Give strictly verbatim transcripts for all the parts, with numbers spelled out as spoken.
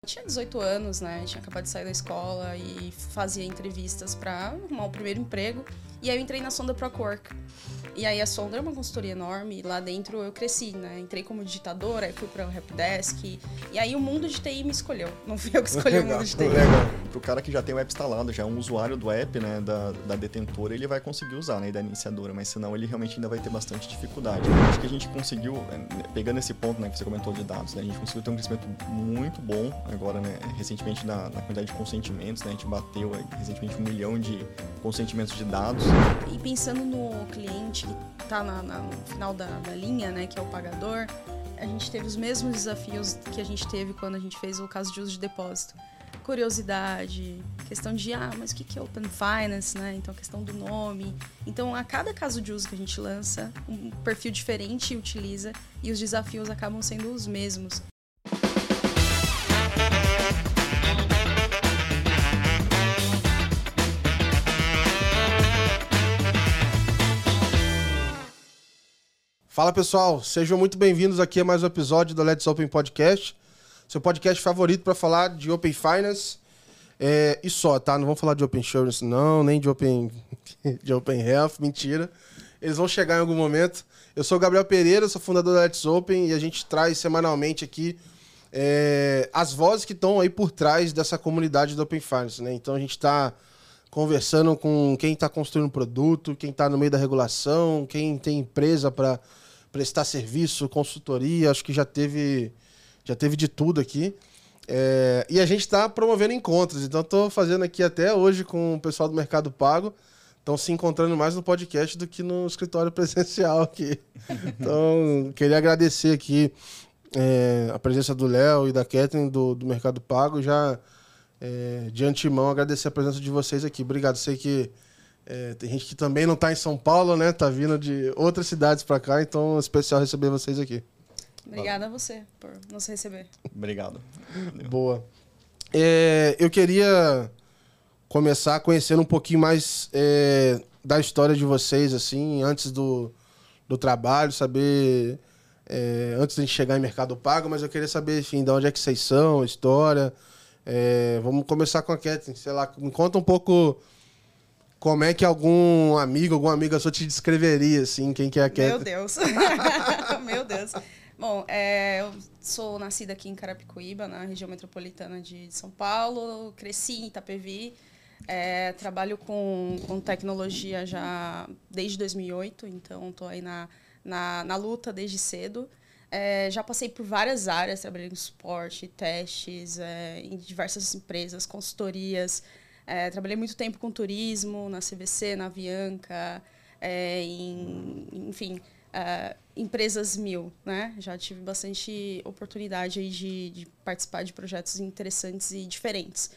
Tinha dezoito anos, né? Tinha acabado de sair da escola e fazia entrevistas para arrumar o primeiro emprego. E aí eu entrei na Sonda Prowork. E aí a Sonda é uma consultoria enorme e lá dentro eu cresci, né? Entrei como digitadora, aí fui para o Helpdesk. E aí o mundo de T I me escolheu. Não fui eu que escolhi legal, o mundo de T I. Legal. Pro cara que já tem o app instalado, já é um usuário do app, né, da, da detentora, ele vai conseguir usar, né, da iniciadora, mas senão ele realmente ainda vai ter bastante dificuldade. Acho que a gente conseguiu, pegando esse ponto, né, que você comentou de dados, né, a gente conseguiu ter um crescimento muito bom agora, né, recentemente na, na quantidade de consentimentos, né, a gente bateu recentemente um milhão de consentimentos de dados. E pensando no cliente que está no final da, da linha, né, que é o pagador, a gente teve os mesmos desafios que a gente teve quando a gente fez o caso de uso de depósito. Curiosidade, questão de, ah, mas o que é Open Finance, né? Então, a questão do nome. Então, a cada caso de uso que a gente lança, um perfil diferente utiliza e os desafios acabam sendo os mesmos. Fala pessoal, sejam muito bem-vindos aqui a mais um episódio do Let's Open Podcast, seu podcast favorito para falar de Open Finance é, e só, tá? Não vamos falar de Open Insurance não, nem de Open, de open Health, mentira. Eles vão chegar em algum momento. Eu sou o Gabriel Pereira, sou fundador da Let's Open e a gente traz semanalmente aqui é, as vozes que estão aí por trás dessa comunidade do Open Finance, né? Então a gente está conversando com quem está construindo produto, quem está no meio da regulação, quem tem empresa para prestar serviço, consultoria, acho que já teve, já teve de tudo aqui. É, e a gente está promovendo encontros, então estou fazendo aqui até hoje com o pessoal do Mercado Pago, estão se encontrando mais no podcast do que no escritório presencial aqui. Então, queria agradecer aqui é, a presença do Léo e da Catherine do, do Mercado Pago, já é, de antemão agradecer a presença de vocês aqui. Obrigado, sei que É, tem gente que também não está em São Paulo, né? Tá vindo de outras cidades para cá, então é especial receber vocês aqui. Obrigada a você por nos receber. Obrigado. Boa. É, eu queria começar conhecendo um pouquinho mais é, da história de vocês, assim, antes do, do trabalho, saber... É, antes de a gente chegar em Mercado Pago, mas eu queria saber, enfim, de onde é que vocês são, a história. É, vamos começar com a Catherine, sei lá, me conta um pouco... Como é que algum amigo, alguma amiga sua te descreveria, assim, quem que é a Catherine? Meu Deus. Meu Deus. Bom, é, eu sou nascida aqui em Carapicuíba, na região metropolitana de São Paulo. Cresci em Itapevi. É, trabalho com, com tecnologia já desde dois mil e oito, então estou aí na, na, na luta desde cedo. É, já passei por várias áreas, trabalhei em suporte, testes, é, em diversas empresas, consultorias. É, trabalhei muito tempo com turismo, na C V C, na Avianca, é, em, enfim, é, empresas mil, né? Já tive bastante oportunidade aí de, de participar de projetos interessantes e diferentes.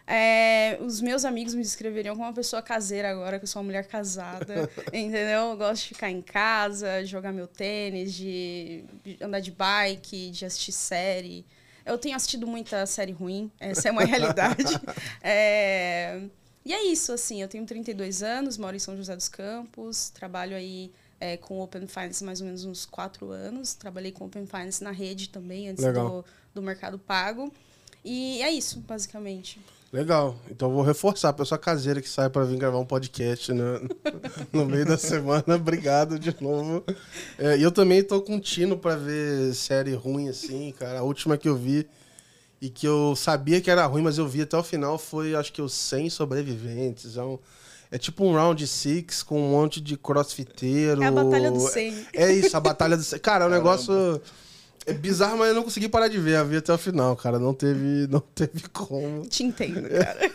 É, os meus amigos me descreveriam como uma pessoa caseira agora, que eu sou uma mulher casada, entendeu? Eu gosto de ficar em casa, de jogar meu tênis, de andar de bike, de assistir série. Eu tenho assistido muita série ruim, essa é uma realidade. É... E é isso, assim, eu tenho trinta e dois anos, moro em São José dos Campos, trabalho aí é, com Open Finance mais ou menos uns quatro anos, trabalhei com Open Finance na rede também, antes do, do Mercado Pago. E é isso, basicamente. Legal. Então eu vou reforçar a pessoa caseira que sai para vir gravar um podcast, né? No meio da semana. Obrigado de novo. É, e eu também tô com um tino para ver série ruim, assim, cara. A última que eu vi e que eu sabia que era ruim, mas eu vi até o final foi, acho que, os cem Sobreviventes. É, um, é tipo um Round Six com um monte de crossfiteiro. É a Batalha do cem. É, é isso, a Batalha do cem. Cara, é um negócio... É bizarro, mas eu não consegui parar de ver. Eu vi até o final, cara. Não teve, não teve como. Te entendo, cara.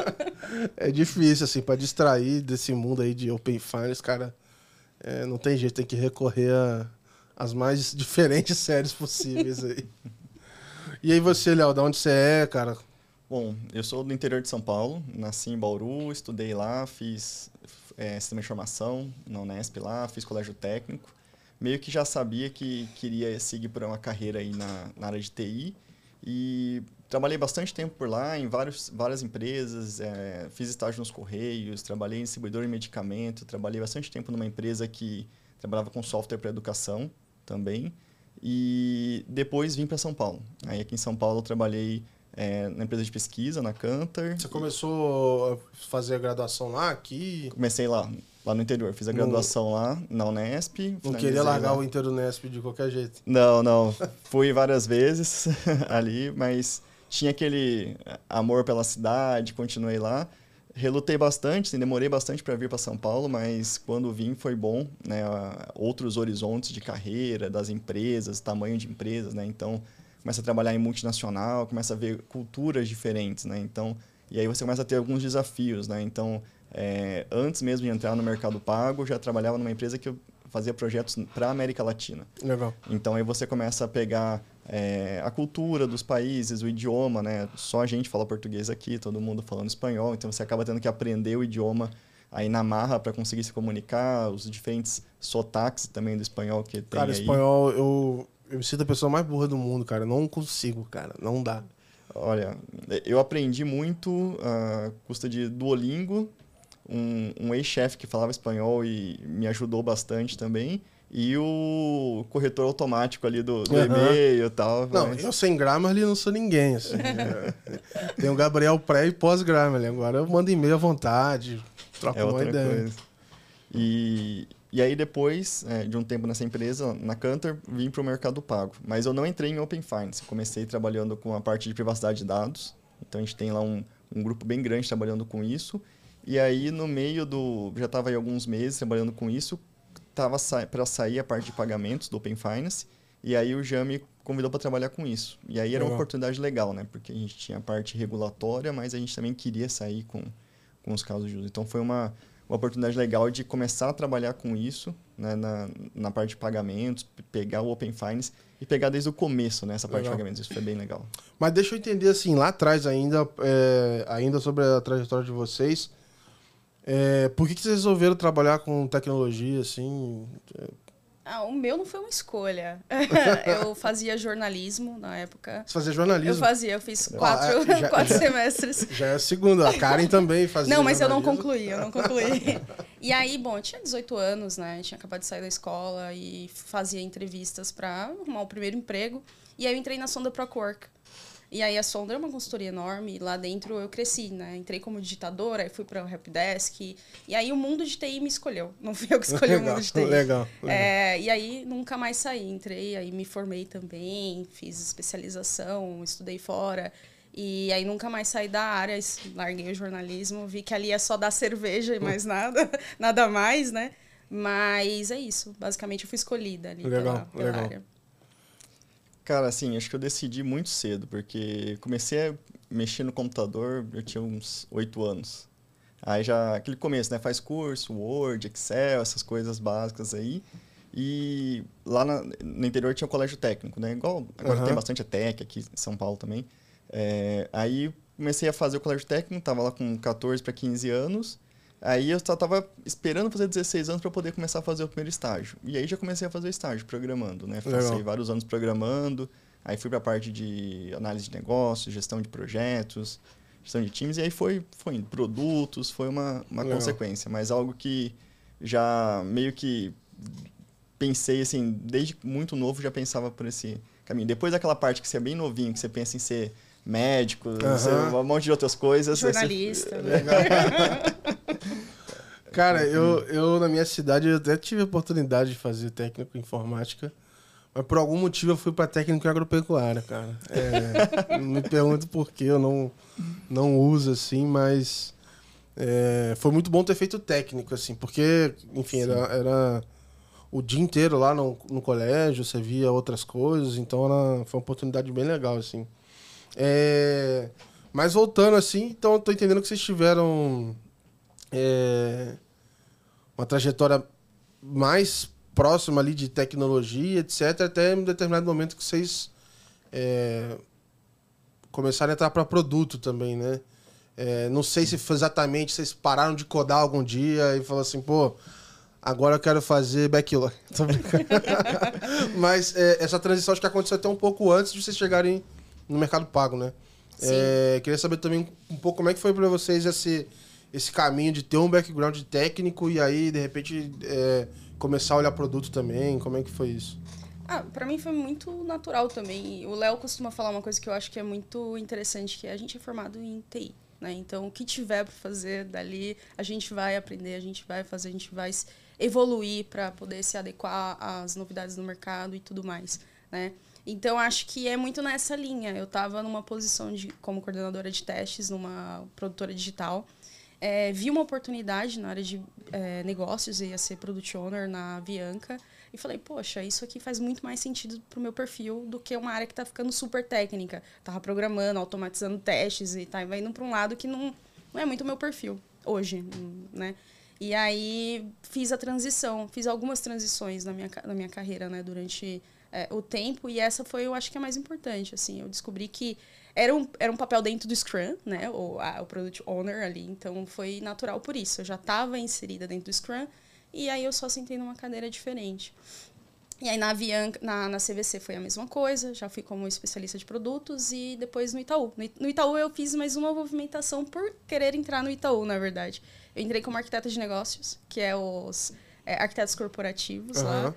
É difícil, assim, pra distrair desse mundo aí de Open Finance, cara. É, não tem jeito, tem que recorrer às mais diferentes séries possíveis aí. E aí você, Léo, de onde você é, cara? Bom, eu sou do interior de São Paulo. Nasci em Bauru, estudei lá, fiz é, sistema de informação na Unesp lá, fiz colégio técnico. Meio que já sabia que queria seguir por uma carreira aí na, na área de T I e trabalhei bastante tempo por lá, em vários, várias empresas, é, fiz estágio nos Correios, trabalhei em distribuidor de medicamento, trabalhei bastante tempo numa empresa que trabalhava com software para educação também e depois vim para São Paulo. Aí aqui em São Paulo eu trabalhei é, na empresa de pesquisa, na Cantor. Você começou a fazer a graduação lá, aqui? Comecei lá, lá no interior. Fiz a graduação não, lá na Unesp. Não queria largar lá o Inter Unesp de qualquer jeito? Não, não. Fui várias vezes ali, mas tinha aquele amor pela cidade, continuei lá. Relutei bastante, assim, demorei bastante para vir para São Paulo, mas quando vim foi bom, né? Outros horizontes de carreira, das empresas, tamanho de empresas, né? Então, começa a trabalhar em multinacional, começa a ver culturas diferentes, né? Então, e aí você começa a ter alguns desafios, né? Então, é, antes mesmo de entrar no mercado pago, já trabalhava numa empresa que eu fazia projetos para a América Latina. Legal. Então, aí você começa a pegar é, a cultura dos países, o idioma, né? Só a gente fala português aqui, todo mundo falando espanhol, então você acaba tendo que aprender o idioma aí na marra para conseguir se comunicar, os diferentes sotaques também do espanhol que tem Cara, aí. espanhol, eu, eu me sinto a pessoa mais burra do mundo, cara. Não consigo, cara. Não dá. Olha, eu aprendi muito a custa de Duolingo, um, um ex-chefe que falava espanhol e me ajudou bastante também. E o corretor automático ali do, do uhum. e-mail e tal. Não, mas... eu sem Grammarly não sou ninguém, assim. Tem o Gabriel pré e pós-Grammarly. Agora eu mando e-mail à vontade, troco é uma outra ideia. Coisa. E, e aí depois é, de um tempo nessa empresa, na Cantor, vim para o mercado pago. Mas eu não entrei em Open Finance. Comecei trabalhando com a parte de privacidade de dados. Então a gente tem lá um, um grupo bem grande trabalhando com isso. E aí no meio do... Já estava aí alguns meses trabalhando com isso. Estava sa para sair a parte de pagamentos do Open Finance, e aí o Jean me convidou para trabalhar com isso. E aí era uma oportunidade legal, né? Porque a gente tinha a parte regulatória, mas a gente também queria sair com, com os casos de uso. Então foi uma, uma oportunidade legal de começar a trabalhar com isso, né? na, na parte de pagamentos, pegar o Open Finance e pegar desde o começo, né? Essa parte legal. de pagamentos. Isso foi bem legal. Mas deixa eu entender assim, lá atrás ainda, é, ainda sobre a trajetória de vocês. É, por que, que vocês resolveram trabalhar com tecnologia, assim? Ah, o meu não foi uma escolha. Eu fazia jornalismo na época. Você fazia jornalismo? Eu fazia, eu fiz quatro, ah, já, quatro já, semestres. Já é a segunda. A Karen também fazia Não, mas jornalismo. eu não concluí, eu não concluí. E aí, bom, eu tinha dezoito anos, né? Eu tinha acabado de sair da escola e fazia entrevistas para arrumar o primeiro emprego. E aí eu entrei na Sonda Prowork. E aí a Sonda é uma consultoria enorme, e lá dentro eu cresci, né? Entrei como digitadora, aí fui para o Helpdesk, e aí o mundo de T I me escolheu, não fui eu que escolhi legal, o mundo de T I. Legal, legal. É, e aí nunca mais saí, entrei, aí me formei também, fiz especialização, estudei fora, e aí nunca mais saí da área, larguei o jornalismo, vi que ali é só dar cerveja e mais nada, nada mais, né? Mas é isso, basicamente eu fui escolhida ali legal, pela, pela legal. área. Cara, assim, acho que eu decidi muito cedo, porque comecei a mexer no computador, eu tinha uns oito anos. Aí já, aquele começo, né? Faz curso, Word, Excel, essas coisas básicas aí. E lá na, no interior tinha o colégio técnico, né? Igual agora uhum. tem bastante a Tec aqui em São Paulo também. É, aí comecei a fazer o colégio técnico, tava lá com quatorze para quinze anos. Aí eu só tava esperando fazer dezesseis anos para poder começar a fazer o primeiro estágio. E aí já comecei a fazer o estágio programando, né? Passei Legal. vários anos programando. Aí fui para a parte de análise de negócios, gestão de projetos, gestão de times. E aí foi, foi indo. Produtos, foi uma, uma consequência. Mas algo que já meio que pensei, assim, desde muito novo já pensava por esse caminho. Depois daquela parte que você é bem novinho, que você pensa em ser médico, uhum. ser um monte de outras coisas. Jornalista. Você... Legal. Cara, eu, eu na minha cidade eu até tive a oportunidade de fazer técnico em informática, mas por algum motivo eu fui para técnico em agropecuária, cara. É, não me pergunto por que eu não, não uso assim, mas é, foi muito bom ter feito técnico, assim, porque, enfim, era, era o dia inteiro lá no, no colégio, você via outras coisas, então era, foi uma oportunidade bem legal, assim. É, mas voltando assim, então eu tô entendendo que vocês tiveram é, uma trajetória mais próxima ali de tecnologia, etcétera, até em um determinado momento que vocês é, começaram a entrar para produto também, né? É, não sei se foi exatamente, vocês pararam de codar algum dia e falaram assim, pô, agora eu quero fazer backlog. Tô brincando. Mas é, essa transição acho que aconteceu até um pouco antes de vocês chegarem no mercado pago, né? É, queria saber também um pouco como é que foi para vocês esse, esse caminho de ter um background técnico e aí, de repente, é, começar a olhar produto também. Como é que foi isso? Ah, pra mim foi muito natural também. O Léo costuma falar uma coisa que eu acho que é muito interessante, que a gente é formado em T I, né? Então, o que tiver para fazer dali, a gente vai aprender, a gente vai fazer, a gente vai evoluir para poder se adequar às novidades do mercado e tudo mais, né? Então, acho que é muito nessa linha. Eu estava numa posição de como coordenadora de testes numa produtora digital. É, vi uma oportunidade na área de é, negócios, ia ser Product Owner na Avianca. E falei, poxa, isso aqui faz muito mais sentido pro meu perfil do que uma área que tá ficando super técnica. Tava programando, automatizando testes e tá indo para um lado que não, não é muito o meu perfil hoje, né? E aí fiz a transição, fiz algumas transições na minha, na minha carreira, né, durante é, o tempo. E essa foi, eu acho que é a mais importante, assim. Eu descobri que era um, era um papel dentro do Scrum, né, o, a, o Product Owner ali. Então foi natural por isso. Eu já estava inserida dentro do Scrum. E aí eu só sentei numa cadeira diferente. E aí na Avianca, na, na C V C foi a mesma coisa, já fui como especialista de produtos e depois no Itaú. No Itaú eu fiz mais uma movimentação por querer entrar no Itaú, na verdade. Eu entrei como arquiteta de negócios, que é os é, arquitetos corporativos uhum. lá.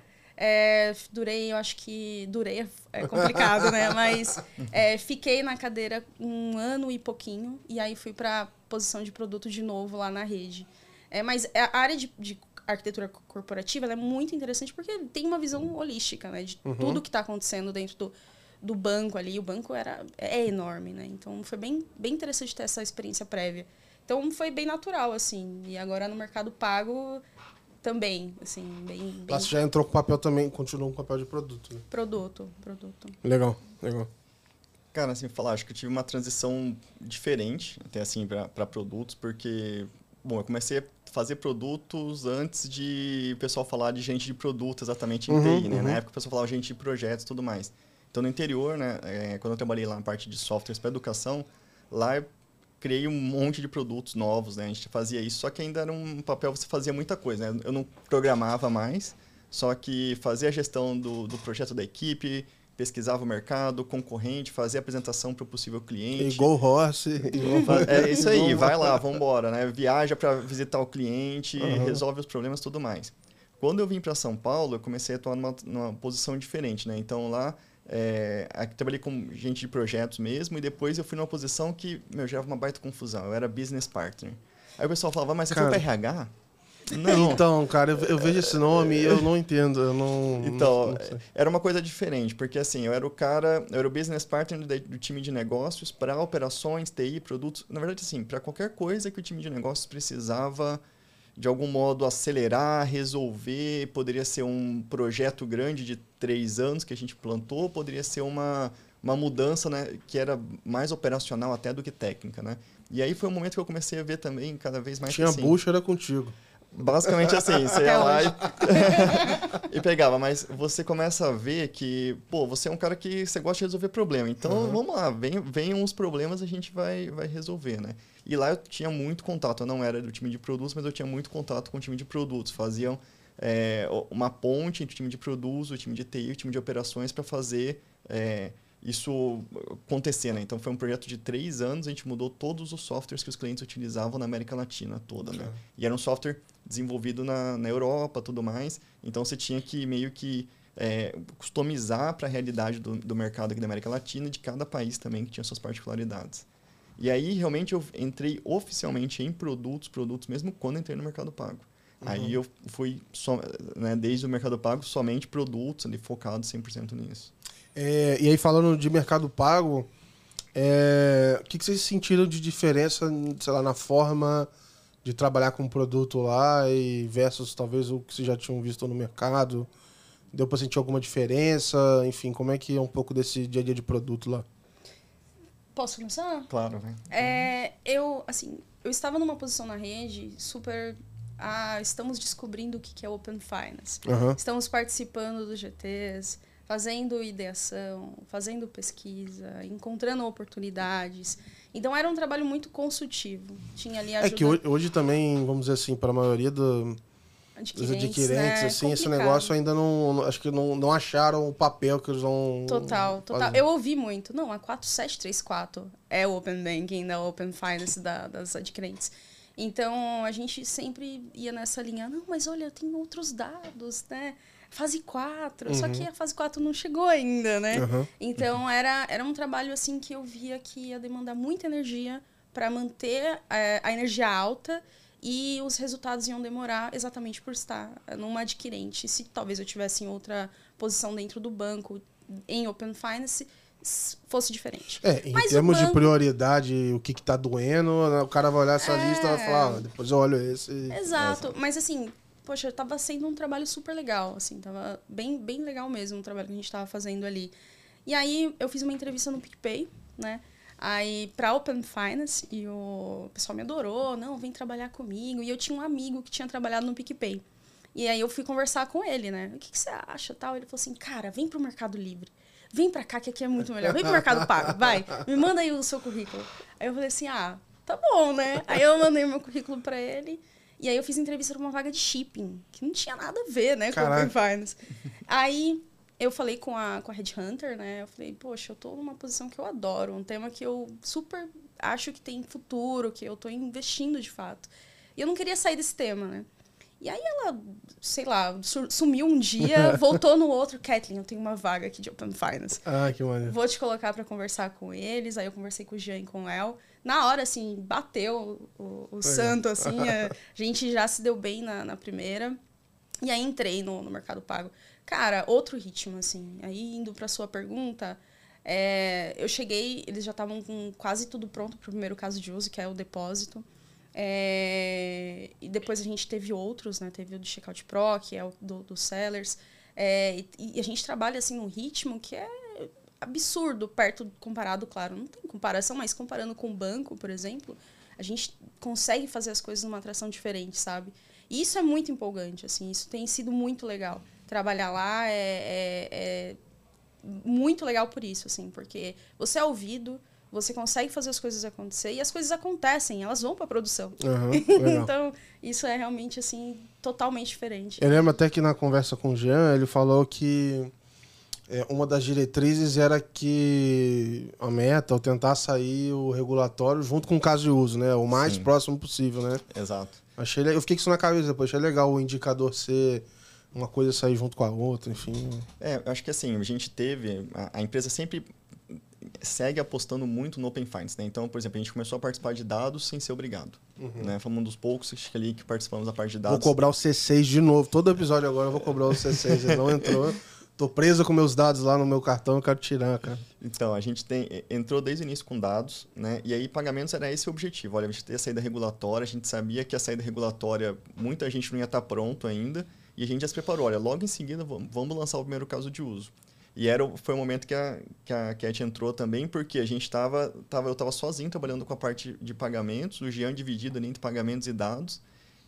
É, durei, eu acho que... Durei, é complicado, né? Mas é, fiquei na cadeira um ano e pouquinho e aí fui para posição de produto de novo lá na rede. É, mas a área de, de arquitetura corporativa ela é muito interessante porque tem uma visão holística, né, de uhum. tudo que está acontecendo dentro do, do banco ali. O banco era, é enorme, né? Então foi bem, bem interessante ter essa experiência prévia. Então foi bem natural, assim. E agora no mercado pago também, assim, bem... bem... Lá você já entrou com papel também, continuou com papel de produto, né? Produto, produto. Legal, legal. Cara, assim, falar, acho que eu tive uma transição diferente, até assim, para produtos, porque... Bom, eu comecei a fazer produtos antes de o pessoal falar de gente de produto exatamente em uhum, T I, né? Uhum. Na época o pessoal falava gente de projetos e tudo mais. Então, no interior, né, é, quando eu trabalhei lá na parte de softwares para educação, lá eu criei um monte de produtos novos, né? A gente fazia isso, só que ainda era um papel, você fazia muita coisa, né? Eu não programava mais, só que fazia a gestão do, do projeto da equipe, pesquisava o mercado, concorrente, fazia apresentação para o possível cliente. Igual horse. É isso aí, vai lá, vamos embora, né? Viaja para visitar o cliente, uhum. resolve os problemas e tudo mais. Quando eu vim para São Paulo, eu comecei a atuar numa, numa posição diferente, né? Então lá, é, aqui trabalhei com gente de projetos mesmo e depois eu fui numa posição que, meu, gerava uma baita confusão. Eu era business partner. Aí o pessoal falava, mas você Cara... foi para R H? Não. Então, cara, eu, eu vejo esse nome e eu não entendo. Eu não, então, não, não era uma coisa diferente, porque assim, eu era o cara, eu era o business partner do, do time de negócios para operações, T I, produtos. Na verdade, assim, para qualquer coisa que o time de negócios precisava, de algum modo, acelerar, resolver. Poderia ser um projeto grande de três anos que a gente plantou, poderia ser uma, uma mudança, né, que era mais operacional até do que técnica, né? E aí foi um momento que eu comecei a ver também cada vez mais Tinha assim, bucha, era contigo. Basicamente assim, você ia lá e... e pegava, mas você começa a ver que, pô, você é um cara que você gosta de resolver problema, então uhum. vamos lá, venham, venham os problemas, a gente vai, vai resolver, né? E lá eu tinha muito contato, eu não era do time de produtos, mas eu tinha muito contato com o time de produtos, faziam é, uma ponte entre o time de produtos, o time de T I e o time de operações para fazer... É, isso acontecer, né? Então, foi um projeto de três anos, a gente mudou todos os softwares que os clientes utilizavam na América Latina toda, né? E era um software desenvolvido na, na Europa e tudo mais, então você tinha que meio que é, customizar para a realidade do, do mercado aqui da América Latina e de cada país também, que tinha suas particularidades. E aí, realmente, eu entrei oficialmente em produtos, produtos mesmo quando entrei no Mercado Pago. Uhum. Aí eu fui, so, né, desde o Mercado Pago, somente produtos, ali, focado cem por cento nisso. É, e aí, falando de Mercado Pago, é, o que, que vocês sentiram de diferença, sei lá, na forma de trabalhar com o produto lá e versus talvez o que vocês já tinham visto no mercado? Deu para sentir alguma diferença? Enfim, como é que é um pouco desse dia a dia de produto lá? Posso começar? Claro, vai. É, eu, assim, eu estava numa posição na rede super... Ah, estamos descobrindo o que é Open Finance. Uhum. Estamos participando dos G Tês, fazendo ideação, fazendo pesquisa, encontrando oportunidades. Então, era um trabalho muito consultivo. Tinha ali ajuda... É que hoje, hoje também, vamos dizer assim, para a maioria do, adquirentes, dos adquirentes, né? assim, esse negócio ainda não... Acho que não, não acharam o papel que eles vão... Total, total. Fazer. Eu ouvi muito. Não, a quatro sete três quatro é o Open Banking, da Open Finance da, das adquirentes. Então, a gente sempre ia nessa linha, não, mas olha, tem outros dados, né? fase quatro, Uhum. só que a fase quatro não chegou ainda, né? Uhum. Então, era, era um trabalho, assim, que eu via que ia demandar muita energia para manter é, a energia alta e os resultados iam demorar exatamente por estar numa adquirente. Se talvez eu tivesse em outra posição dentro do banco, em Open Finance, fosse diferente. É, em Mas termos banco... de prioridade, o que que tá doendo, o cara vai olhar essa é... lista e vai falar, ah, depois eu olho esse. Exato, essa. Mas assim, poxa, tava sendo um trabalho super legal, assim, tava bem, bem legal mesmo o trabalho que a gente tava fazendo ali. E aí, eu fiz uma entrevista no PicPay, né? Aí, pra Open Finance, e o pessoal me adorou, não, vem trabalhar comigo. E eu tinha um amigo que tinha trabalhado no PicPay. E aí, eu fui conversar com ele, né? O que, que você acha, tal? Ele falou assim, cara, vem pro Mercado Livre. Vem pra cá, que aqui é muito melhor. Vem pro Mercado Pago, vai. Me manda aí o seu currículo. Aí eu falei assim, ah, tá bom, né? Aí eu mandei o meu currículo pra ele. E aí eu fiz entrevista pra uma vaga de shipping, que não tinha nada a ver, né, com Open Finance. Aí eu falei com a, com a Headhunter, né? Eu falei, poxa, eu tô numa posição que eu adoro. Um tema que eu super acho que tem futuro, que eu tô investindo de fato. E eu não queria sair desse tema, né? E aí ela, sei lá, sumiu um dia, voltou no outro. Kathleen, eu tenho uma vaga aqui de Open Finance. Ah, que maneiro. Vou te colocar pra conversar com eles. Aí eu conversei com o Jean e com o Léo. Na hora, assim, bateu o, o santo, assim. A gente já se deu bem na, na primeira. E aí entrei no, no Mercado Pago. Cara, outro ritmo, assim. Aí, indo pra sua pergunta, é, eu cheguei, eles já estavam com quase tudo pronto pro primeiro caso de uso, que é o depósito. É, e depois a gente teve outros, né? Teve o do Checkout Pro, que é o do, do Sellers. É, e, e a gente trabalha assim num ritmo que é absurdo, perto comparado, claro, não tem comparação, mas comparando com o banco, por exemplo, a gente consegue fazer as coisas numa atração diferente, sabe? E isso é muito empolgante, assim, isso tem sido muito legal. Trabalhar lá é, é, é muito legal por isso, assim, porque você é ouvido, você consegue fazer as coisas acontecer e as coisas acontecem, elas vão para a produção. Uhum, então, isso é realmente, assim, totalmente diferente. Eu lembro até que na conversa com o Jean, ele falou que é, uma das diretrizes era que a meta, ou tentar sair o regulatório junto com o caso de uso, né? O mais Sim. próximo possível, né? Exato. Achei, eu fiquei com isso na cabeça depois. Achei legal o indicador ser uma coisa sair junto com a outra, enfim. É, eu acho que assim, a gente teve... A, a empresa sempre segue apostando muito no Open Finance, né? Então, por exemplo, a gente começou a participar de dados sem ser obrigado. Uhum. Né? Fomos um dos poucos ali que participamos da parte de dados. Vou cobrar o C seis de novo. Todo episódio agora eu vou cobrar o C seis. Ele não entrou. Tô preso com meus dados lá no meu cartão, eu quero tirar, cara. Então, a gente tem, entrou desde o início com dados, né? E aí pagamentos era esse o objetivo. Olha, a gente tem a saída regulatória, a gente sabia que a saída regulatória, muita gente não ia estar pronto ainda, e a gente já se preparou. Olha, logo em seguida vamos lançar o primeiro caso de uso. E era, foi o momento que a, que a Cat entrou também, porque a gente estava, tava, eu estava sozinho trabalhando com a parte de pagamentos, o Jean dividido ali entre pagamentos e dados.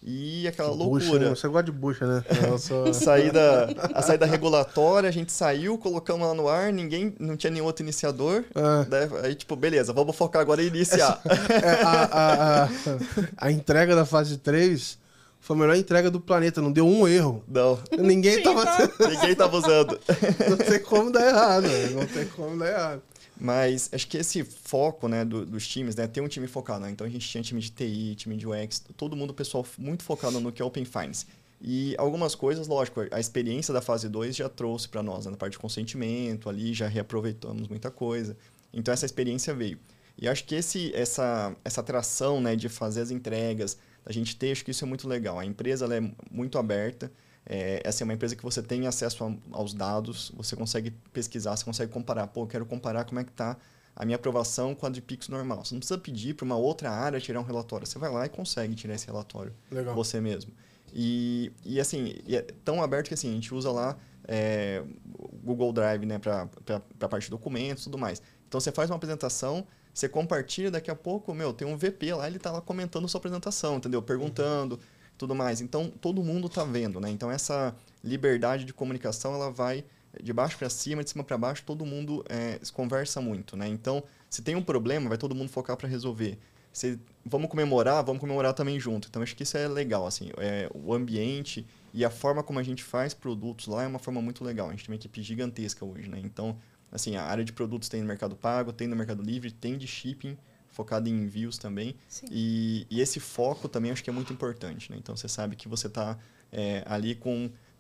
E aquela bucha, loucura. Você gosta de bucha, né? Só... saída, a saída regulatória, a gente saiu, colocamos lá no ar, ninguém, não tinha nenhum outro iniciador. É. Daí, aí, tipo, beleza, vamos focar agora em iniciar. Essa, é, a, a, a, a entrega da fase três foi a melhor entrega do planeta, não deu um erro. Não. Ninguém Sim, tava... Ninguém tava usando. Não tem como dar errado, né? Não tem como dar errado. Mas acho que esse foco, né, do, dos times, né, ter um time focado, né? Então a gente tinha time de T I, time de U X, todo mundo, pessoal muito focado no que é Open Finance. E algumas coisas, lógico, a experiência da fase dois já trouxe para nós, né, na parte de consentimento, ali já reaproveitamos muita coisa. Então essa experiência veio. E acho que esse, essa, essa atração, né, de fazer as entregas, a gente ter, acho que isso é muito legal. A empresa ela é muito aberta. É, essa é uma empresa que você tem acesso a, aos dados, você consegue pesquisar, você consegue comparar. Pô, eu quero comparar como é que está a minha aprovação com a de Pix normal. Você não precisa pedir para uma outra área tirar um relatório. Você vai lá e consegue tirar esse relatório. Legal. Você mesmo. E, e assim, é tão aberto que assim, a gente usa lá é, o Google Drive, né, para a parte de documentos e tudo mais. Então, você faz uma apresentação, você compartilha, daqui a pouco, meu, tem um V P lá, ele está lá comentando a sua apresentação, entendeu? Perguntando... Uhum. Tudo mais. Então, todo mundo está vendo, né? Então, essa liberdade de comunicação, ela vai de baixo para cima, de cima para baixo, todo mundo é, se conversa muito, né? Então, se tem um problema, vai todo mundo focar para resolver. Se vamos comemorar, vamos comemorar também junto. Então, acho que isso é legal, assim. É, o ambiente e a forma como a gente faz produtos lá é uma forma muito legal. A gente tem uma equipe gigantesca hoje, né? Então, assim, a área de produtos tem no Mercado Pago, tem no Mercado Livre, tem de shipping, focado em envios também. E, e esse foco também acho que é muito importante, né? Então, você sabe que você está é, ali com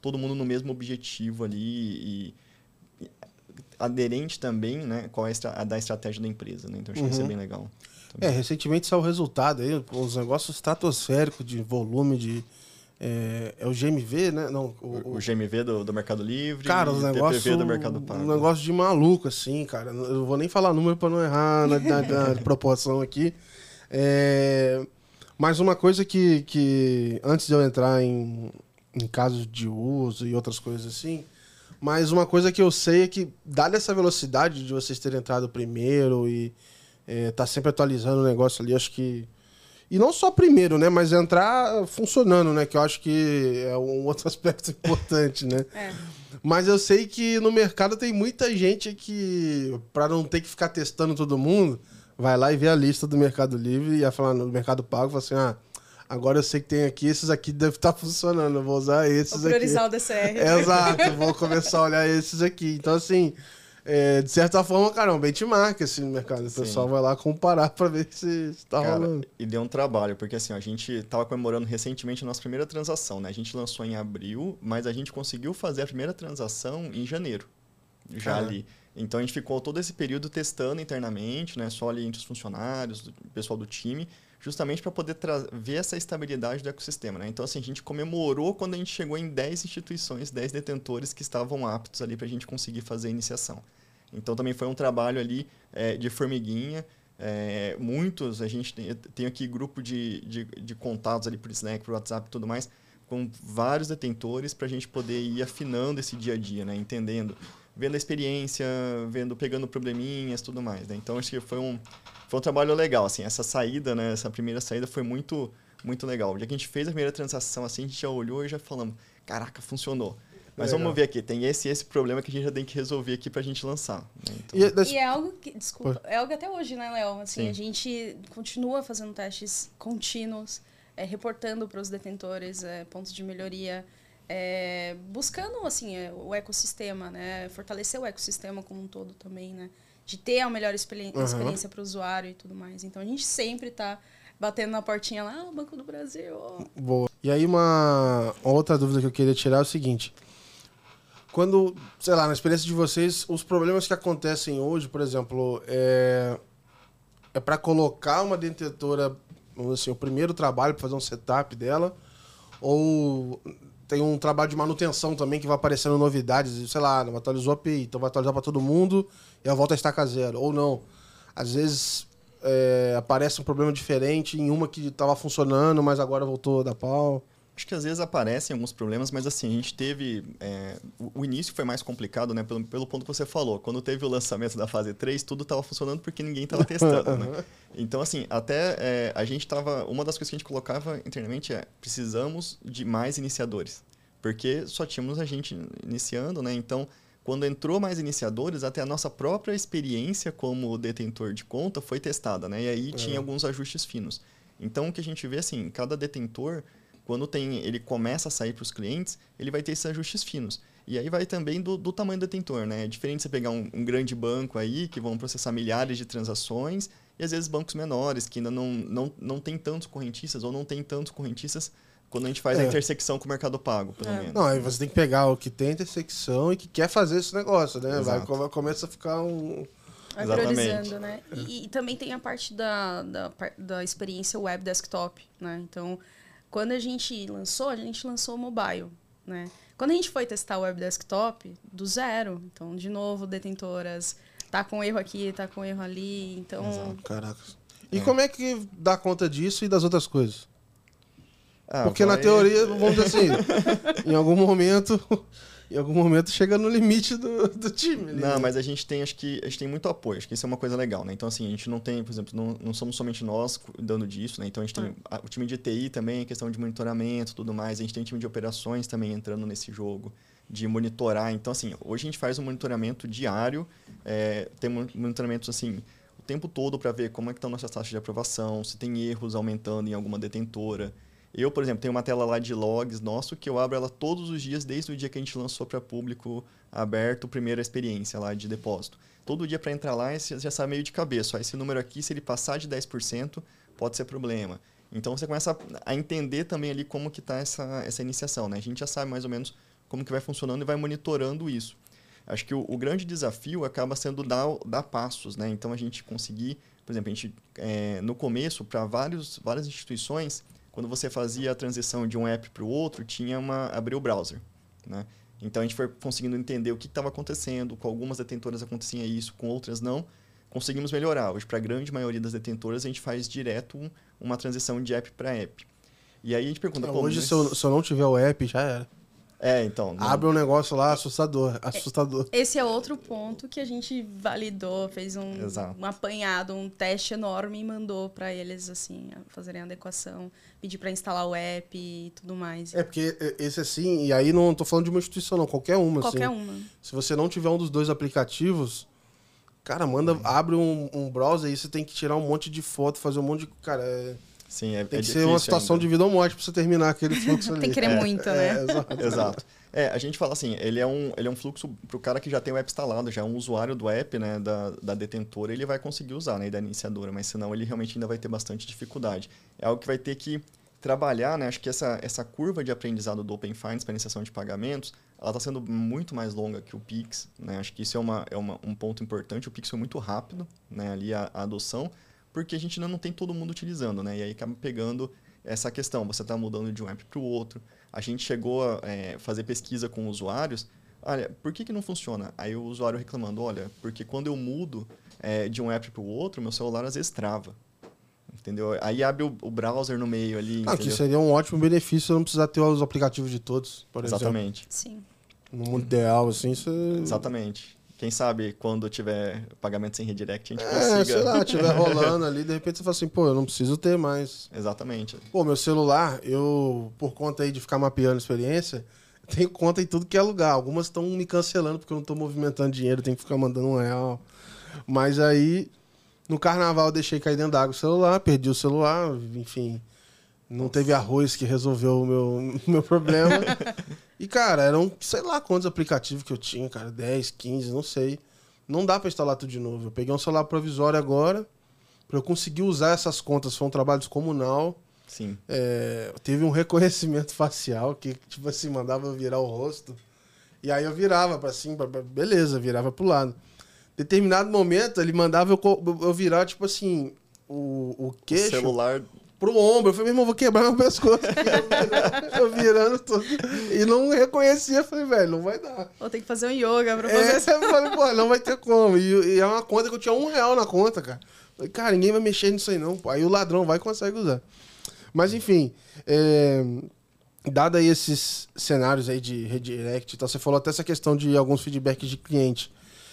todo mundo no mesmo objetivo ali e, e aderente também, né, qual é a da estratégia da empresa, né? Então, acho uhum. que isso é bem legal. Também. É, recentemente saiu o resultado aí, os negócios estratosféricos de volume de... É, é o G M V, né? Não, o, o, o G M V do, do Mercado Livre, cara, os e o negócio, T P V do Mercado Pago. Um negócio de maluco, assim, cara. Eu não vou nem falar número para não errar na, na, na proporção aqui. É, mas uma coisa que, que, antes de eu entrar em, em casos de uso e outras coisas assim, mas uma coisa que eu sei é que, dada essa velocidade de vocês terem entrado primeiro e é, tá sempre atualizando o negócio ali, acho que... E não só primeiro, né? Mas entrar funcionando, né? Que eu acho que é um outro aspecto importante, né? É. Mas eu sei que no mercado tem muita gente que, para não ter que ficar testando todo mundo, vai lá e vê a lista do Mercado Livre e ia falar no Mercado Pago, fala assim, ah, agora eu sei que tem aqui, esses aqui devem estar funcionando, eu vou usar esses vou priorizar aqui. o D C R. É, exato, vou começar a olhar esses aqui. Então, assim... É, de certa forma, cara, é um benchmark assim, no mercado. O Sim. pessoal vai lá comparar para ver se está rolando. E deu um trabalho, porque assim, ó, a gente estava comemorando recentemente a nossa primeira transação, né? A gente lançou em abril, mas a gente conseguiu fazer a primeira transação em janeiro, já ah, ali. Então a gente ficou todo esse período testando internamente, né? Só ali entre os funcionários, o pessoal do time, justamente para poder ver essa estabilidade do ecossistema, né? Então assim, a gente comemorou quando a gente chegou em dez instituições, dez detentores que estavam aptos ali para a gente conseguir fazer a iniciação. Então também foi um trabalho ali é, de formiguinha. É, muitos, a gente tem, tem aqui grupo de, de, de contatos ali por Slack, por WhatsApp e tudo mais, com vários detentores para a gente poder ir afinando esse dia a dia, né? Entendendo, vendo a experiência, vendo, pegando probleminhas e tudo mais, né? Então acho que foi um, foi um trabalho legal, assim, essa saída, né? Essa primeira saída foi muito, muito legal. O dia que a gente fez a primeira transação, assim, a gente já olhou e já falamos, caraca, funcionou. Mas legal. Vamos ver aqui, tem esse esse problema que a gente já tem que resolver aqui pra gente lançar. Né? Então... E, das... e é algo que, desculpa, Pô. é algo até hoje, né, Léo? Assim, Sim. a gente continua fazendo testes contínuos, é, reportando para os detentores é, pontos de melhoria, é, buscando assim, é, o ecossistema, né? Fortalecer o ecossistema como um todo também, né? De ter a melhor experi- uhum. experiência para o usuário e tudo mais. Então a gente sempre está batendo na portinha lá, ah, o Banco do Brasil. Boa. E aí uma outra dúvida que eu queria tirar é o seguinte. Quando, sei lá, na experiência de vocês, os problemas que acontecem hoje, por exemplo, é, é para colocar uma detentora, vamos dizer assim, o primeiro trabalho para fazer um setup dela, ou tem um trabalho de manutenção também que vai aparecendo novidades, sei lá, não atualizou a A P I, então vai atualizar para todo mundo e a volta a estaca zero, ou não. Às vezes é, aparece um problema diferente em uma que estava funcionando, mas agora voltou a dar pau. Acho que às vezes aparecem alguns problemas, mas assim, a gente teve... É, o, o início foi mais complicado, né? Pelo, pelo ponto que você falou. Quando teve o lançamento da fase três, tudo estava funcionando porque ninguém estava testando, né? Então, assim, até é, a gente estava... Uma das coisas que a gente colocava internamente é precisamos de mais iniciadores. Porque só tínhamos a gente iniciando, né? Então, quando entrou mais iniciadores, até a nossa própria experiência como detentor de conta foi testada, né? E aí tinha uhum. alguns ajustes finos. Então, o que a gente vê, assim, cada detentor... Quando tem, ele começa a sair para os clientes, ele vai ter esses ajustes finos. E aí vai também do, do tamanho do detentor, né? É diferente você pegar um, um grande banco aí, que vão processar milhares de transações, e às vezes bancos menores, que ainda não, não, não tem tantos correntistas, ou não tem tantos correntistas quando a gente faz é. a intersecção com o Mercado Pago, pelo é. menos. Não, aí você tem que pegar o que tem intersecção e que quer fazer esse negócio, né? Vai, vai, começa a ficar um... Vai priorizando, né? E, e também tem a parte da, da, da experiência web desktop, né? Então... Quando a gente lançou, a gente lançou o mobile, né? Quando a gente foi testar o web desktop, do zero. Então, de novo, detentoras, tá com erro aqui, tá com erro ali, então... Exato. Caraca. E é. como é que dá conta disso e das outras coisas? Ah, Porque vai... na teoria, vamos dizer assim, em algum momento... Em algum momento chega no limite do, do time. Ali, não, né? Mas a gente tem, acho que, a gente tem muito apoio. Acho que isso é uma coisa legal, né? Então, assim, a gente não tem, por exemplo, não, não somos somente nós cuidando disso, né? Então, a gente tem ah. o time de T I também, questão de monitoramento e tudo mais. A gente tem o time de operações também entrando nesse jogo, de monitorar. Então, assim, hoje a gente faz um monitoramento diário, é, tem monitoramentos, assim, o tempo todo para ver como é que estão nossas taxas de aprovação, se tem erros aumentando em alguma detentora. Eu, por exemplo, tenho uma tela lá de logs nosso que eu abro ela todos os dias, desde o dia que a gente lançou para público aberto a primeira experiência lá de depósito. Todo dia para entrar lá, você já sabe meio de cabeça. Ó, esse número aqui, se ele passar de dez por cento, pode ser problema. Então, você começa a entender também ali como que está essa, essa iniciação, né? A gente já sabe mais ou menos como que vai funcionando e vai monitorando isso. Acho que o, o grande desafio acaba sendo dar, dar passos, né? Então, a gente conseguir, por exemplo, a gente, é, no começo, para várias instituições, quando você fazia a transição de um app para o outro, tinha uma abrir o browser, né? Então, a gente foi conseguindo entender o que estava acontecendo, com algumas detentoras acontecia isso, com outras não. Conseguimos melhorar. Hoje, para a grande maioria das detentoras, a gente faz direto um, uma transição de app para app. E aí a gente pergunta... Não, pô, hoje, mas... se eu, se eu não tiver o app, já era. É, então... Não... Abre um negócio lá assustador, assustador. Esse é outro ponto que a gente validou, fez um, um apanhado, um teste enorme e mandou para eles, assim, fazerem a adequação, pedir para instalar o app e tudo mais. É, porque esse assim, e aí não tô falando de uma instituição não, qualquer uma. Qualquer assim. uma. Se você não tiver um dos dois aplicativos, cara, manda, abre um, um browser aí, você tem que tirar um monte de foto, fazer um monte de... Cara, é... Sim, é, tem é que ser uma situação ainda. de vida ou morte pra você terminar aquele fluxo ali. Tem que querer é, muito, é, né? É, exato. Exato. É, a gente fala assim, ele é um, ele é um fluxo para o cara que já tem o app instalado, já é um usuário do app, né, da, da detentora, ele vai conseguir usar, né, e da iniciadora, mas senão ele realmente ainda vai ter bastante dificuldade. É algo que vai ter que trabalhar, né, acho que essa, essa curva de aprendizado do Open Finance para iniciação de pagamentos, ela está sendo muito mais longa que o Pix, né, acho que isso é, uma, é uma, um ponto importante, o Pix foi muito rápido, né, ali a, a adoção, porque a gente ainda não tem todo mundo utilizando, né, e aí acaba pegando essa questão, você está mudando de um app para o outro. A gente chegou a é, fazer pesquisa com usuários, olha, por que, que não funciona? Aí o usuário reclamando, olha, porque quando eu mudo é, de um app para o outro, meu celular às vezes trava. Entendeu? Aí abre o, o browser no meio ali. Ah, que seria um ótimo benefício não precisar ter os aplicativos de todos, por Exatamente. exemplo. Sim. No mundo ideal, assim, você... Exatamente. Quem sabe quando tiver pagamento sem redirect, a gente é, consiga... sei lá, tiver rolando ali, de repente você fala assim, pô, eu não preciso ter mais. Exatamente. Pô, meu celular, eu, por conta aí de ficar mapeando experiência, tenho conta em tudo que é lugar. Algumas estão me cancelando porque eu não tô movimentando dinheiro, tenho que ficar mandando um real. Mas aí, no carnaval, eu deixei cair dentro d'água o celular, perdi o celular, enfim... Não Nossa. Teve arroz que resolveu o meu, meu problema. E, cara, eram, sei lá quantos aplicativos que eu tinha, cara. dez, quinze, não sei. Não dá pra instalar tudo de novo. Eu peguei um celular provisório agora, pra eu conseguir usar essas contas. Foi um trabalho descomunal. Sim. É, teve um reconhecimento facial que, tipo assim, mandava eu virar o rosto. E aí eu virava pra cima, beleza, virava pro lado. Determinado momento, ele mandava eu, eu virar, tipo assim, o, o queixo... O celular... pro ombro. Eu falei, meu irmão, vou quebrar meu pescoço. Eu virando tudo. E não reconhecia. Eu falei, velho, não vai dar. Vou ter que fazer um yoga pra fazer isso. É, eu falei, pô, não vai ter como. E, e é uma conta que eu tinha um real na conta, cara. Eu falei, cara, ninguém vai mexer nisso aí não. Pô. Aí o ladrão vai e consegue usar. Mas, enfim, é, dado aí esses cenários aí de redirect, então, você falou até essa questão de alguns feedbacks de cliente.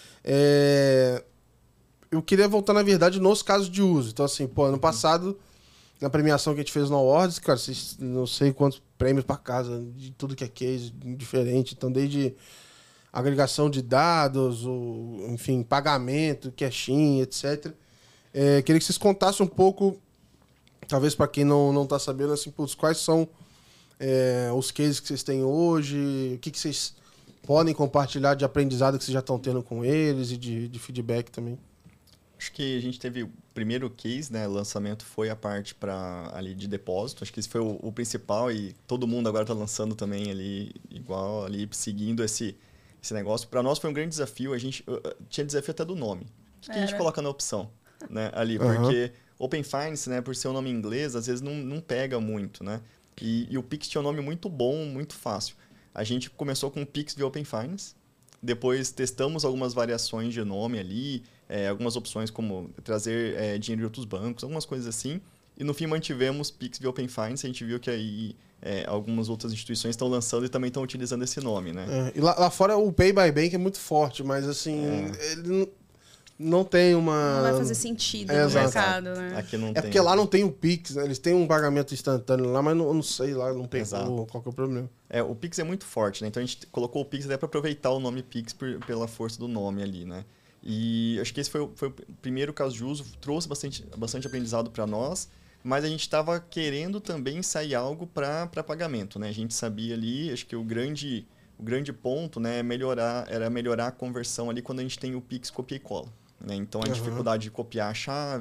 É, eu queria voltar, na verdade, nos casos de uso. Então, assim, pô, ano passado... Na premiação que a gente fez no Awards, cara, vocês não sei quantos prêmios para casa, de tudo que é case diferente. Então, desde agregação de dados, o, enfim, pagamento, cash-in, etcétera. É, queria que vocês contassem um pouco, talvez para quem não, não tá sabendo, assim, putz, quais são é, os cases que vocês têm hoje, o que, que vocês podem compartilhar de aprendizado que vocês já estão tendo com eles e de, de feedback também. Acho que a gente teve o primeiro case, né? O lançamento foi a parte para ali de depósito. Acho que esse foi o, o principal e todo mundo agora está lançando também ali igual ali seguindo esse esse negócio. Para nós foi um grande desafio. A gente uh, tinha desafio até do nome. O que, que a gente coloca na opção, né? Ali, uhum. Porque Open Finance, né? Por ser um nome inglês, às vezes não, não pega muito, né? E, e o Pix tinha um nome muito bom, muito fácil. A gente começou com o Pix de Open Finance. Depois testamos algumas variações de nome ali, é, algumas opções como trazer é, dinheiro de outros bancos, algumas coisas assim. E no fim mantivemos Pix via Open Finance. A gente viu que aí é, algumas outras instituições estão lançando e também estão utilizando esse nome, né? É, e lá, lá fora o Pay by Bank é muito forte, mas assim, é. ele não, não tem uma... Não vai fazer sentido é, no exato. mercado, né? Aqui não é tem. porque lá não tem o Pix, né? Eles têm um pagamento instantâneo lá, mas não, não sei lá, não tem qual, qual que é o problema. É, o Pix é muito forte, né? Então a gente colocou o Pix até para aproveitar o nome Pix por, pela força do nome ali, né? E acho que esse foi, foi o primeiro caso de uso, trouxe bastante, bastante aprendizado para nós, mas a gente estava querendo também sair algo para pagamento, né? A gente sabia ali, acho que o grande, o grande ponto, né, é melhorar, era melhorar a conversão ali quando a gente tem o Pix copia e cola, né? Então a uhum. dificuldade de copiar a chave,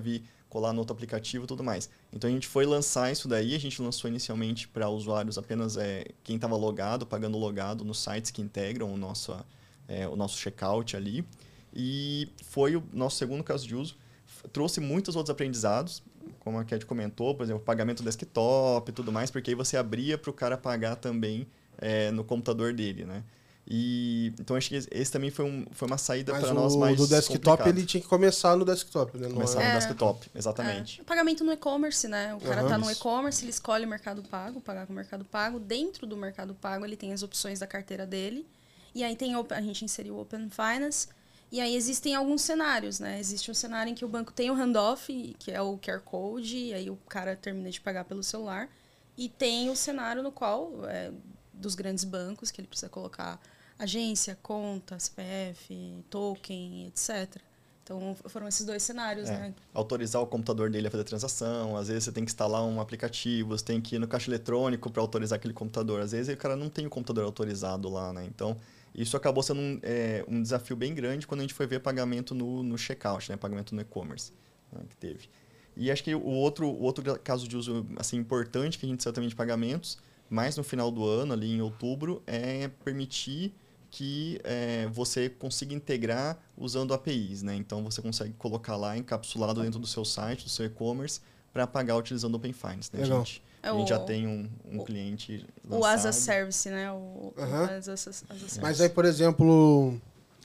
colar no outro aplicativo e tudo mais. Então a gente foi lançar isso daí, a gente lançou inicialmente para usuários apenas é, quem estava logado, pagando logado nos sites que integram o nosso, é, o nosso checkout ali. E foi o nosso segundo caso de uso. Trouxe muitos outros aprendizados, como a Cat comentou, por exemplo, pagamento desktop e tudo mais, porque aí você abria para o cara pagar também é, no computador dele, né? E, então, acho que esse também foi, um, foi uma saída para nós mais do desktop, complicado. Ele tinha que começar no desktop, né? Não começar é... no desktop, exatamente. É. Pagamento no e-commerce, né? O cara uhum. tá no e-commerce, ele escolhe o Mercado Pago, pagar com o Mercado Pago. Dentro do Mercado Pago, ele tem as opções da carteira dele. E aí tem a gente inseriu o Open Finance. E aí existem alguns cenários, né? Existe um cenário em que o banco tem o handoff, que é o Q R Code, e aí o cara termina de pagar pelo celular. E tem o cenário no qual, é, dos grandes bancos, que ele precisa colocar agência, conta, C P F, token, etcétera. Então, foram esses dois cenários, é, né? Autorizar o computador dele a fazer a transação, às vezes você tem que instalar um aplicativo, você tem que ir no caixa eletrônico para autorizar aquele computador. Às vezes o cara não tem o computador autorizado lá, né? Então, isso acabou sendo um, é, um desafio bem grande quando a gente foi ver pagamento no, no checkout, né? Pagamento no e-commerce, né? Que teve. E acho que o outro, o outro caso de uso assim, importante que a gente saiu também de pagamentos, mais no final do ano, ali em outubro, é permitir que é, você consiga integrar usando A P Is, né? Então, você consegue colocar lá encapsulado dentro do seu site, do seu e-commerce, para pagar utilizando Open Finance, né, gente? É a gente o, já tem um, um o, cliente lançado. O as a service, né? O, uhum. o as a, as a service. Mas aí, por exemplo,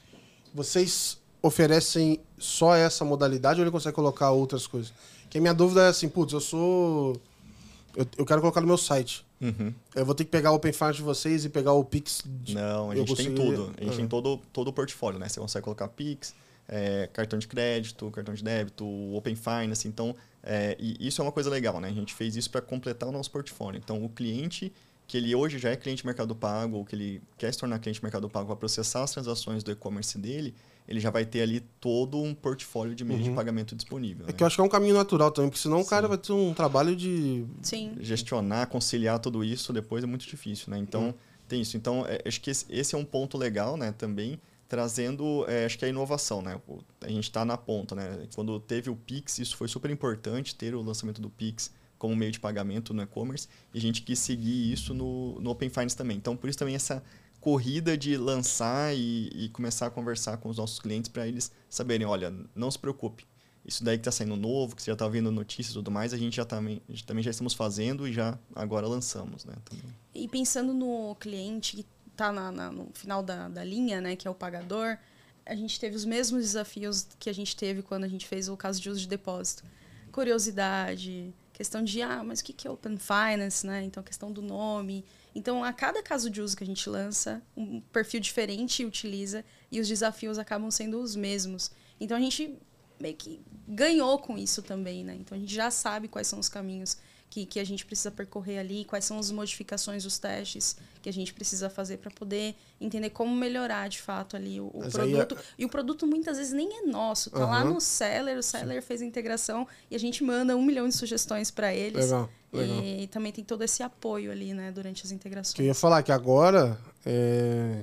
vocês oferecem só essa modalidade ou ele consegue colocar outras coisas? Porque a minha dúvida é assim, putz, eu sou... Eu, eu quero colocar no meu site. Uhum. Eu vou ter que pegar o Open Finance de vocês e pegar o Pix? De... Não, a eu gente consigo... tem tudo. A gente uhum. tem todo, todo o portfólio, né? Você consegue colocar Pix, é, cartão de crédito, cartão de débito, Open Finance. Então, é, e isso é uma coisa legal, né? A gente fez isso para completar o nosso portfólio. Então, o cliente que ele hoje já é cliente Mercado Pago, ou que ele quer se tornar cliente Mercado Pago para processar as transações do e-commerce dele, ele já vai ter ali todo um portfólio de meios uhum. de pagamento disponível. É né? que eu acho que é um caminho natural também, porque senão Sim. o cara vai ter um trabalho de... Sim. Gestionar, conciliar tudo isso depois é muito difícil, né? Então, uhum. tem isso. Então, é, acho que esse, esse é um ponto legal, né? Também trazendo, é, acho que a inovação, né? O, a gente está na ponta, né? Quando teve o Pix, isso foi super importante, ter o lançamento do Pix como meio de pagamento no e-commerce, e a gente quis seguir isso no, no Open Finance também. Então, por isso também essa corrida de lançar e, e começar a conversar com os nossos clientes para eles saberem, olha, não se preocupe, isso daí que está saindo novo, que você já está vendo notícias e tudo mais, a gente já também, a gente também já estamos fazendo e já agora lançamos. Né, também. E pensando no cliente que está no final da, da linha, né, que é o pagador, a gente teve os mesmos desafios que a gente teve quando a gente fez o caso de uso de depósito. Curiosidade, questão de, ah, mas o que é Open Finance, né? Então, questão do nome. Então, a cada caso de uso que a gente lança, um perfil diferente utiliza e os desafios acabam sendo os mesmos. Então, a gente meio que ganhou com isso também, né? Então, a gente já sabe quais são os caminhos que, que a gente precisa percorrer ali, quais são as modificações, os testes que a gente precisa fazer para poder entender como melhorar, de fato, ali o, o produto. É... E o produto, muitas vezes, nem é nosso. Tá uhum. lá no seller, o seller Sim. fez a integração e a gente manda um milhão de sugestões para eles. Legal, legal. E, e também tem todo esse apoio ali, né, durante as integrações. Que eu ia falar que agora... É...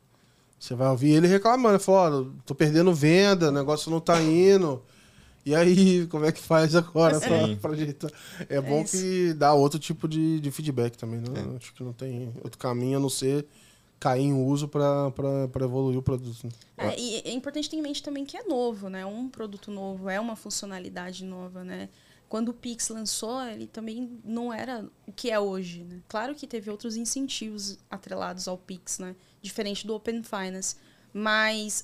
Você vai ouvir ele reclamando. Falou, ó, tô perdendo venda, o negócio não tá indo... E aí, como é que faz agora pra, pra ajeitar? É, é bom isso. Que dá outro tipo de, de feedback também, né? É. Acho que não tem outro caminho a não ser cair em uso para evoluir o produto. Né? É, e é importante ter em mente também que é novo, né? Um produto novo, é uma funcionalidade nova, né? Quando o Pix lançou, ele também não era o que é hoje, né? Claro que teve outros incentivos atrelados ao Pix, né? Diferente do Open Finance. Mas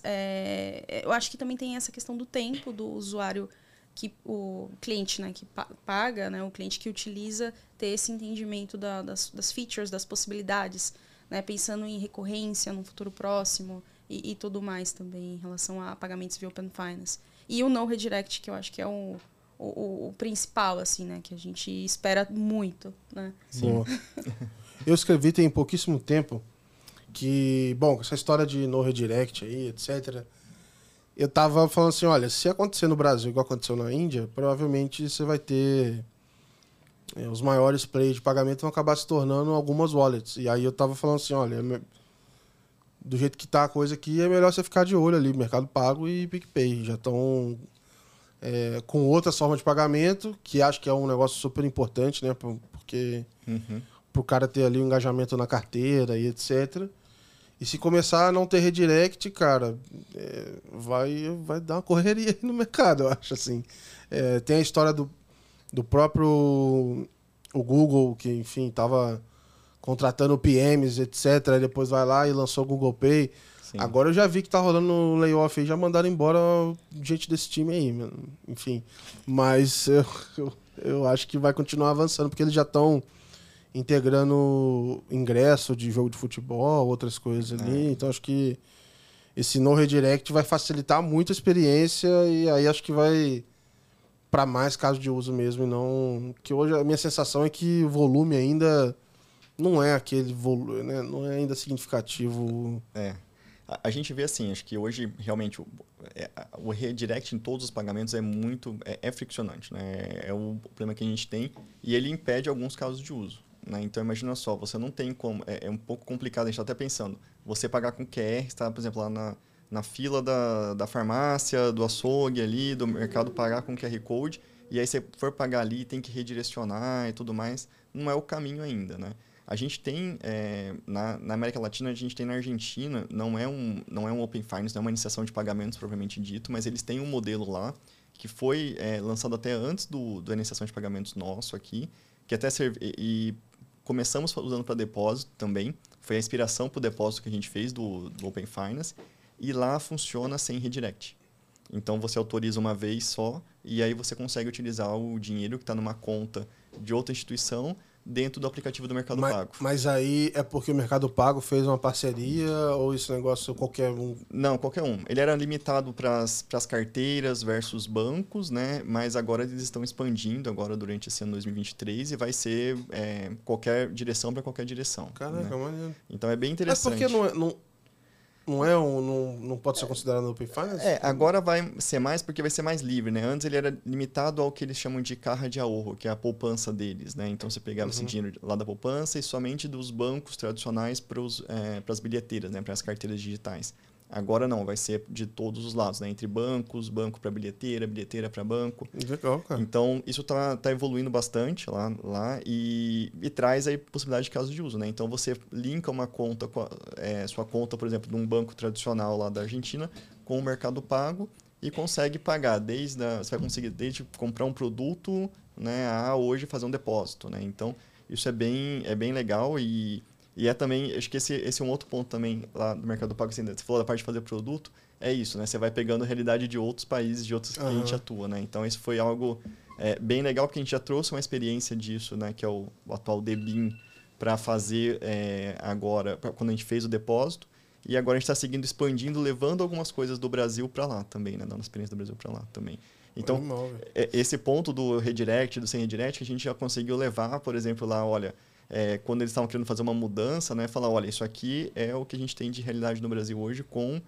é, eu acho que também tem essa questão do tempo do usuário, que o cliente, né, que paga, né, o cliente que utiliza, ter esse entendimento da, das, das features, das possibilidades, né, pensando em recorrência no futuro próximo e, e tudo mais também em relação a pagamentos via Open Finance. E o No Redirect, que eu acho que é o, o, o principal, assim, né, que a gente espera muito. Né? Sim. Eu escrevi tem pouquíssimo tempo que, bom, essa história de no redirect aí, etcétera. Eu tava falando assim, olha, se acontecer no Brasil igual aconteceu na Índia, provavelmente você vai ter... É, os maiores players de pagamento vão acabar se tornando algumas wallets. E aí eu tava falando assim, olha, do jeito que tá a coisa aqui, é melhor você ficar de olho ali, Mercado Pago e PicPay. Já estão é, com outras formas de pagamento, que acho que é um negócio super importante, né? Porque Uhum. para o cara ter ali um engajamento na carteira e etcétera. E se começar a não ter redirect, cara, é, vai, vai dar uma correria aí no mercado, eu acho, assim. É, tem a história do, do próprio o Google, que, enfim, tava contratando P Ms, etcétera. Depois vai lá e lançou o Google Pay. Sim. Agora eu já vi que tá rolando um layoff aí, já mandaram embora gente desse time aí, mano. Enfim. Mas eu, eu, eu acho que vai continuar avançando, porque eles já estão integrando ingresso de jogo de futebol, outras coisas ali. É. Então acho que esse no redirect vai facilitar muito a experiência e aí acho que vai para mais casos de uso mesmo e não... Que hoje a minha sensação é que o volume ainda não é aquele volume, né? Não é ainda significativo. É. A, a gente vê assim, acho que hoje realmente o, é, o redirect em todos os pagamentos é muito... É, é friccionante, né? É o problema que a gente tem e ele impede alguns casos de uso. Né? Então, imagina só, você não tem como... É, é um pouco complicado, a gente está até pensando. Você pagar com Q R, está, por exemplo, lá na, na fila da, da farmácia, do açougue ali, do mercado, pagar com Q R Code, e aí você for pagar ali, tem que redirecionar e tudo mais. Não é o caminho ainda, né? A gente tem, é, na, na América Latina, a gente tem na Argentina, não é um, não é um Open Finance, não é uma iniciação de pagamentos propriamente dito, mas eles têm um modelo lá que foi é, lançado até antes do, do iniciação de pagamentos nosso aqui, que até serve... E, começamos usando para depósito também. Foi a inspiração para o depósito que a gente fez do, do Open Finance. E lá funciona sem redirect. Então, você autoriza uma vez só e aí você consegue utilizar o dinheiro que está numa conta de outra instituição dentro do aplicativo do Mercado mas, Pago. Mas aí é porque o Mercado Pago fez uma parceria ou esse negócio qualquer um? Não, qualquer um. Ele era limitado para as carteiras versus bancos, né? Mas agora eles estão expandindo agora durante esse ano dois mil e vinte e três e vai ser é, qualquer direção para qualquer direção. Caraca, né? maneiro. Então é bem interessante. Mas por que não é... Não... Não, é um, não, não pode ser considerado Open Finance? É, agora vai ser mais porque vai ser mais livre, né? Antes ele era limitado ao que eles chamam de carra de ahorro, que é a poupança deles, né? Então você pegava uhum. esse dinheiro lá da poupança e somente dos bancos tradicionais para é, as bilheteiras, né? Para as carteiras digitais. Agora não, vai ser de todos os lados, né? Entre bancos, banco para bilheteira, bilheteira para banco. Legal, cara. Então, isso está tá evoluindo bastante lá, lá e, e traz aí possibilidade de casos de uso, né? Então, você linka uma conta, com a, é, sua conta, por exemplo, de um banco tradicional lá da Argentina com o Mercado Pago e consegue pagar desde a, você vai conseguir desde comprar um produto, né, a hoje fazer um depósito, né? Então, isso é bem, é bem legal e... E é também, acho que esse, esse é um outro ponto também lá do Mercado Pago, assim, você falou da parte de fazer produto, é isso, né? Você vai pegando a realidade de outros países, de outros que uhum. a gente atua, né? Então, isso foi algo é, bem legal, porque a gente já trouxe uma experiência disso, né? Que é o, o atual Debin, para fazer é, agora, pra, quando a gente fez o depósito. E agora a gente está seguindo, expandindo, levando algumas coisas do Brasil para lá também, né? Dando experiência do Brasil para lá também. Então, é, esse ponto do redirect, do sem redirect, a gente já conseguiu levar, por exemplo, lá, olha... É, quando eles estavam querendo fazer uma mudança, né, falar, olha, isso aqui é o que a gente tem de realidade no Brasil hoje com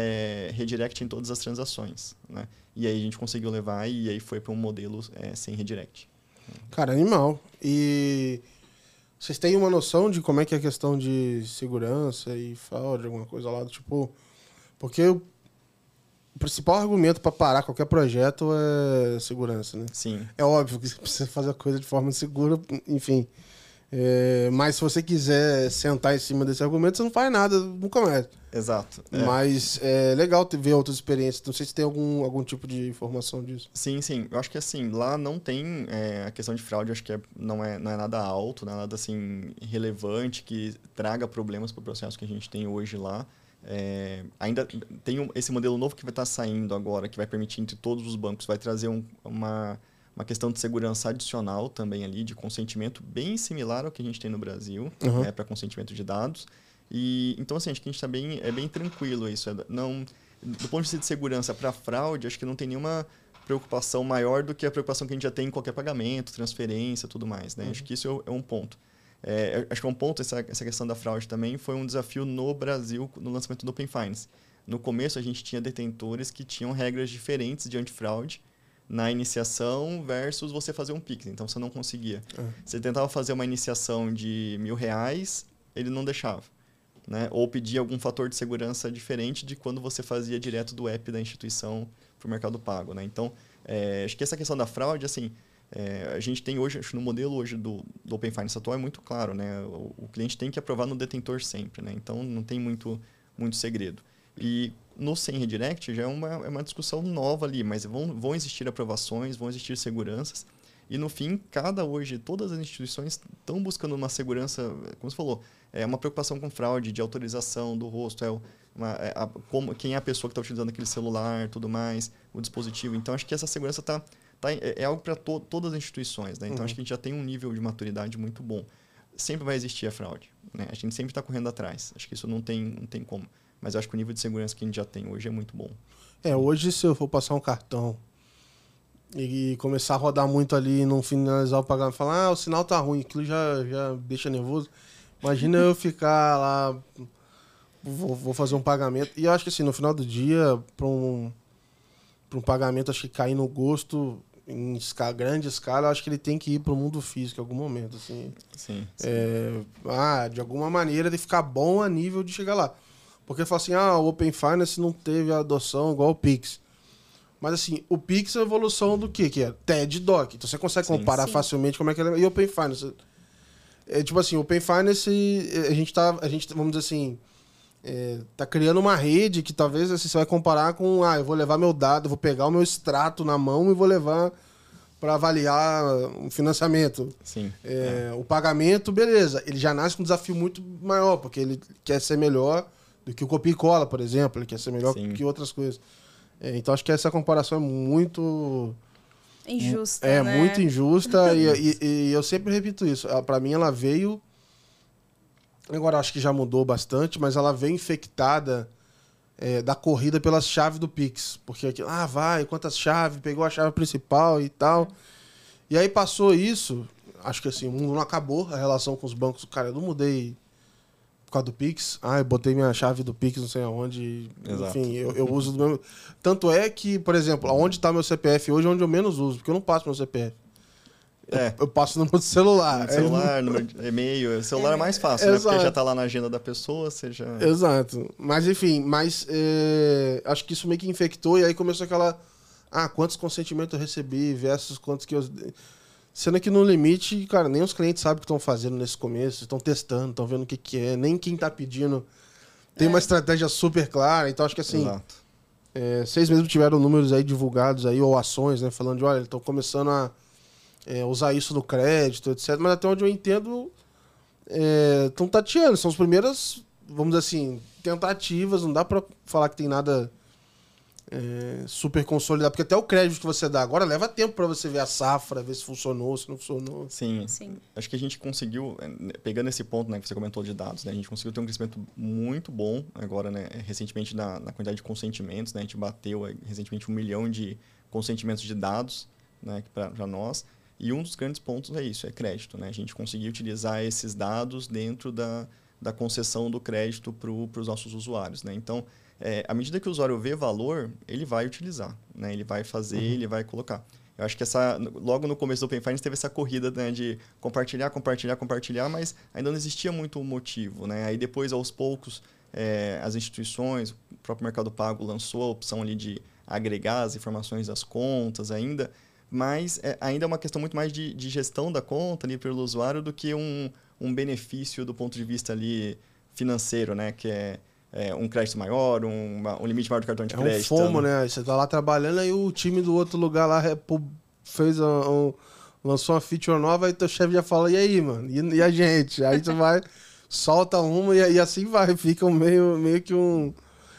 é, redirect em todas as transações. Né? E aí a gente conseguiu levar e aí foi para um modelo é, sem redirect. Cara, animal. E vocês têm uma noção de como é que é a questão de segurança e fraude, alguma coisa lá do tipo... Porque o principal argumento para parar qualquer projeto é segurança, né? Sim. É óbvio que você precisa fazer a coisa de forma segura, enfim... É, mas se você quiser sentar em cima desse argumento, você não faz nada, não começa. Exato. É. Mas é legal ter, ver outras experiências. Não sei se tem algum, algum tipo de informação disso. Sim, sim. Eu acho que assim, lá não tem é, a questão de fraude, acho que é, não, é, não é nada alto, não é nada assim relevante que traga problemas para o processo que a gente tem hoje lá. É, ainda tem um, esse modelo novo que vai estar saindo agora, que vai permitir entre todos os bancos, vai trazer um, uma... uma questão de segurança adicional também ali, de consentimento bem similar ao que a gente tem no Brasil, uhum. né, para consentimento de dados. E, então, assim, acho que a gente está bem, é bem tranquilo isso. Não, do ponto de vista de segurança para fraude, acho que não tem nenhuma preocupação maior do que a preocupação que a gente já tem em qualquer pagamento, transferência, tudo mais. Né? Uhum. Acho que isso é um ponto. É, acho que é um ponto, essa, essa questão da fraude também, foi um desafio no Brasil, no lançamento do Open Finance. No começo, a gente tinha detentores que tinham regras diferentes de antifraude, na iniciação versus você fazer um Pix. Então, você não conseguia. Uhum. Você tentava fazer uma iniciação de mil reais, ele não deixava. Né? Ou pedia algum fator de segurança diferente de quando você fazia direto do app da instituição para o Mercado Pago. Né? Então, É, acho que essa questão da fraude, assim, é, a gente tem hoje, acho que no modelo hoje do, do Open Finance atual é muito claro, né? O, o cliente tem que aprovar no detentor sempre, né? Então, não tem muito, muito segredo. E no sem redirect já é uma, é uma discussão nova ali, mas vão, vão existir aprovações, vão existir seguranças. E no fim, cada hoje, todas as instituições estão buscando uma segurança, como você falou, é uma preocupação com fraude, de autorização do rosto, é uma, é a, como, quem é a pessoa que está utilizando aquele celular, tudo mais, o dispositivo. Então, acho que essa segurança tá, tá, é, é algo para to, todas as instituições. Né? Então, uhum. acho que a gente já tem um nível de maturidade muito bom. Sempre vai existir a fraude. Né? A gente sempre está correndo atrás. Acho que isso não tem, não tem como. Mas eu acho que o nível de segurança que a gente já tem hoje é muito bom. É, hoje se eu for passar um cartão e começar a rodar muito ali e não finalizar o pagamento, falar, ah, o sinal tá ruim, aquilo já, já deixa nervoso. Imagina eu ficar lá, vou, vou fazer um pagamento. E eu acho que assim, no final do dia, para um, para um pagamento, acho que cair no gosto em escala, grande escala, eu acho que ele tem que ir para o mundo físico em algum momento. Assim. Sim. sim. É, ah, de alguma maneira ele ficar bom a nível de chegar lá. Porque fala assim, ah, o Open Finance não teve a adoção igual o Pix. Mas assim, o Pix é a evolução do quê? Que é T E D Doc. Então você consegue sim, comparar sim. facilmente como é que ele é. E o Open Finance. É tipo assim, o Open Finance, a gente tá, a gente, vamos dizer assim, é, tá criando uma rede que talvez assim, você vai comparar com, ah, eu vou levar meu dado, vou pegar o meu extrato na mão e vou levar para avaliar um financiamento. Sim. É, é. O pagamento, beleza. Ele já nasce com um desafio muito maior, porque ele quer ser melhor do que o copia e cola, por exemplo. Ele quer ser melhor sim. que outras coisas. É, então, acho que essa comparação é muito... Injusta, É, né? muito injusta. e, e, e eu sempre repito isso. Para mim, ela veio... Agora, acho que já mudou bastante, mas ela veio infectada é, da corrida pelas chaves do Pix. Porque aqui, ah, vai, quantas chaves? Pegou a chave principal e tal. E aí passou isso. Acho que assim, o mundo não acabou. A relação com os bancos, cara, eu não mudei... Por causa do Pix. Ah, eu botei minha chave do Pix não sei aonde. Exato. Enfim, eu, eu uso do mesmo... Tanto é que, por exemplo, onde está meu C P F hoje é onde eu menos uso, porque eu não passo meu C P F. É. Eu, eu passo no meu celular. No celular, no e-mail. O celular é, é mais fácil, é, né? Porque já está lá na agenda da pessoa, você já... Exato. Mas, enfim, mas é, acho que isso meio que infectou e aí começou aquela... Ah, quantos consentimentos eu recebi versus quantos que eu... Sendo que no limite, cara, nem os clientes sabem o que estão fazendo nesse começo, estão testando, estão vendo o que, que é, nem quem está pedindo tem é. uma estratégia super clara. Então, acho que assim, é, vocês mesmos tiveram números aí divulgados aí, ou ações, né, falando de, olha, eles estão começando a é, usar isso no crédito, etcétera. Mas até onde eu entendo, estão é, tateando, são as primeiras, vamos dizer assim, tentativas, não dá para falar que tem nada... É, super consolidado, porque até o crédito que você dá agora leva tempo para você ver a safra, ver se funcionou, se não funcionou. Sim. Sim. Acho que a gente conseguiu, pegando esse ponto, né, que você comentou de dados, né, a gente conseguiu ter um crescimento muito bom agora, né, recentemente na, na quantidade de consentimentos, né, a gente bateu recentemente um milhão de consentimentos de dados, né, para nós, e um dos grandes pontos é isso, é crédito, né, a gente conseguiu utilizar esses dados dentro da, da concessão do crédito para os nossos usuários, né, então É, à medida que o usuário vê valor, ele vai utilizar, né? Ele vai fazer, uhum. ele vai colocar. Eu acho que essa, logo no começo do Open Finance teve essa corrida, né, de compartilhar, compartilhar, compartilhar, mas ainda não existia muito motivo, né? Aí depois, aos poucos, é, as instituições, o próprio Mercado Pago lançou a opção ali de agregar as informações das contas ainda, mas é, ainda é uma questão muito mais de, de gestão da conta ali pelo usuário do que um, um benefício do ponto de vista ali financeiro, né? Que é É, um crédito maior, um, um limite maior do cartão de é crédito. É um FOMO, né? Você tá lá trabalhando, aí o time do outro lugar lá fez um, um, lançou uma feature nova, aí teu chefe já fala, e aí, mano? E, e a gente? Aí tu vai, solta uma e, e assim vai. Fica um meio, meio que um...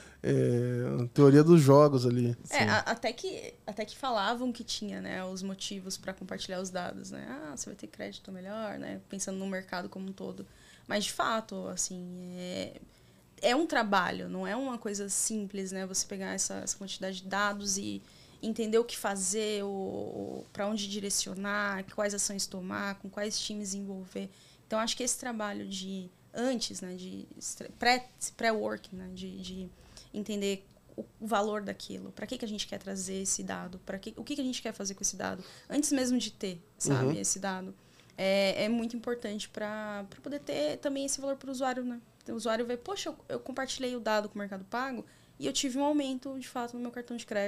É, uma teoria dos jogos ali. É, a, até, que, até que falavam que tinha, né, os motivos para compartilhar os dados, né? Ah, você vai ter crédito melhor, né? Pensando no mercado como um todo. Mas, de fato, assim... É... É um trabalho, não é uma coisa simples, né? Você pegar essa, essa quantidade de dados e entender o que fazer, para onde direcionar, quais ações tomar, com quais times envolver. Então, acho que esse trabalho de antes, né, de pré, pré-work, né, de, de entender o, o valor daquilo, para que, que a gente quer trazer esse dado, para que, o que, que a gente quer fazer com esse dado, antes mesmo de ter, sabe, uhum. esse dado. É, é muito importante para poder ter também esse valor para o usuário, né? O usuário vê, poxa, eu, eu compartilhei o dado com o Mercado Pago e eu tive um aumento, de fato, no meu cartão de crédito.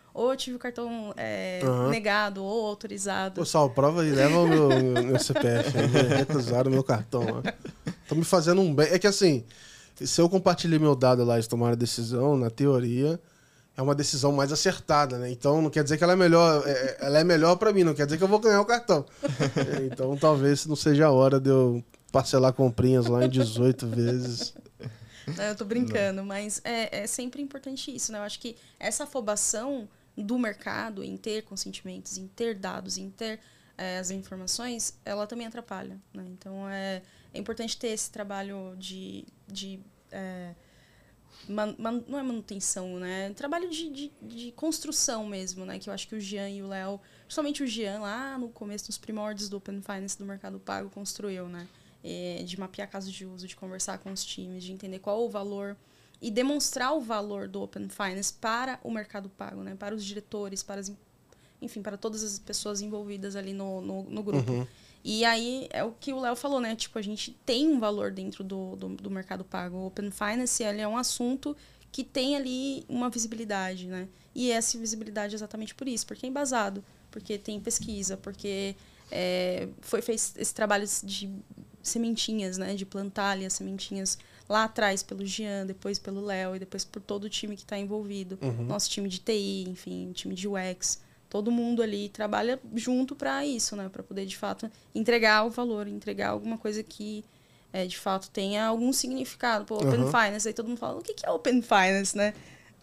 ou eu tive o cartão é, Uhum. negado ou autorizado. Pô, Sal, prova aí, leva o meu, meu, meu C P F aí, recusaram o meu cartão lá. Tô me fazendo um bem. É que assim, se eu compartilhei meu dado lá e tomar a decisão, na teoria, é uma decisão mais acertada, né? Então não quer dizer que ela é melhor, é, ela é melhor pra mim, não quer dizer que eu vou ganhar o cartão. É, então talvez não seja a hora de eu parcelar comprinhas lá em dezoito vezes. Não, eu tô brincando, mas é, é sempre importante isso, né? Eu acho que essa afobação do mercado em ter consentimentos, em ter dados, em ter é, as informações, ela também atrapalha, né? Então, é, é importante ter esse trabalho de... de é, man, man, não é manutenção, né? Trabalho de, de, de construção mesmo, né? Que eu acho que o Jean e o Léo, principalmente o Jean, lá no começo, nos primórdios do Open Finance do Mercado Pago, construiu, né? É, de mapear casos de uso, de conversar com os times, de entender qual o valor e demonstrar o valor do Open Finance para o Mercado Pago, né? Para os diretores, para as, enfim, para todas as pessoas envolvidas ali no, no, no grupo. Uhum. E aí é o que o Léo falou, né? Tipo, a gente tem um valor dentro do, do, do Mercado Pago. O Open Finance, ele é um assunto que tem ali uma visibilidade, né? E essa visibilidade é exatamente por isso, porque é embasado, porque tem pesquisa, porque é, foi feito esse trabalho de sementinhas, né? De plantar ali as sementinhas lá atrás pelo Jean, depois pelo Léo e depois por todo o time que está envolvido. Uhum. Nosso time de T I, enfim, time de U X. Todo mundo ali trabalha junto para isso, né? Para poder, de fato, entregar o valor, entregar alguma coisa que, é, de fato, tenha algum significado. Pô, Open Uhum. Finance, aí todo mundo fala, o que é Open Finance, né?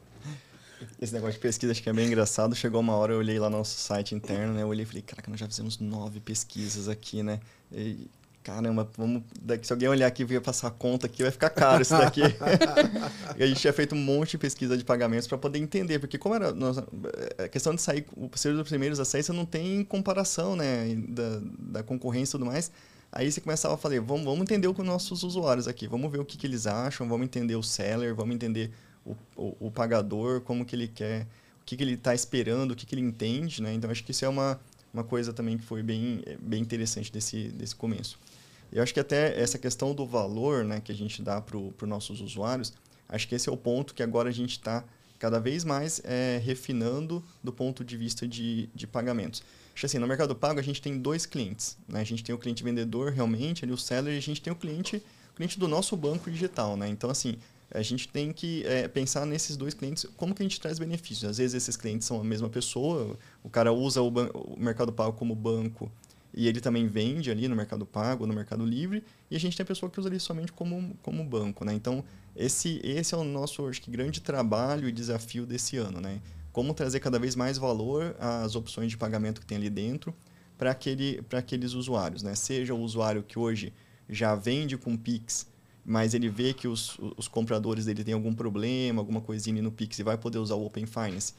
Esse negócio de pesquisa acho que é bem engraçado. Chegou uma hora, eu olhei lá no nosso site interno, né? Eu olhei e falei, caraca, nós já fizemos nove pesquisas aqui, né? E, caramba, vamos, daqui, se alguém olhar aqui e vir passar a conta aqui, vai ficar caro isso daqui. E a gente tinha feito um monte de pesquisa de pagamentos para poder entender, porque como era nossa, a questão de sair, ser dos primeiros a sair, você não tem comparação, né, da, da concorrência e tudo mais. Aí você começava a falar, vamos, vamos entender com os nossos usuários aqui, vamos ver o que, que eles acham, vamos entender o seller, vamos entender o, o, o pagador, como que ele quer, o que, que ele está esperando, o que, que ele entende, né? Então acho que isso é uma, uma coisa também que foi bem, bem interessante desse, desse começo. Eu acho que até essa questão do valor, né, que a gente dá para os nossos usuários, acho que esse é o ponto que agora a gente está cada vez mais é, refinando do ponto de vista de, de pagamentos. Acho assim, no Mercado Pago a gente tem dois clientes, né? A gente tem o cliente vendedor realmente, ali o seller, e a gente tem o cliente, o cliente do nosso banco digital, né? Então, assim, a gente tem que é, pensar nesses dois clientes, como que a gente traz benefícios. Às vezes esses clientes são a mesma pessoa, o cara usa o, o Mercado Pago como banco, e ele também vende ali no Mercado Pago, no Mercado Livre, e a gente tem a pessoa que usa ali somente como, como banco, né? Então, esse, esse é o nosso, acho que, grande trabalho e desafio desse ano, né? Como trazer cada vez mais valor às opções de pagamento que tem ali dentro para aquele, para aqueles usuários, né? Seja o usuário que hoje já vende com Pix, mas ele vê que os, os compradores dele têm algum problema, alguma coisinha no Pix e vai poder usar o Open Finance.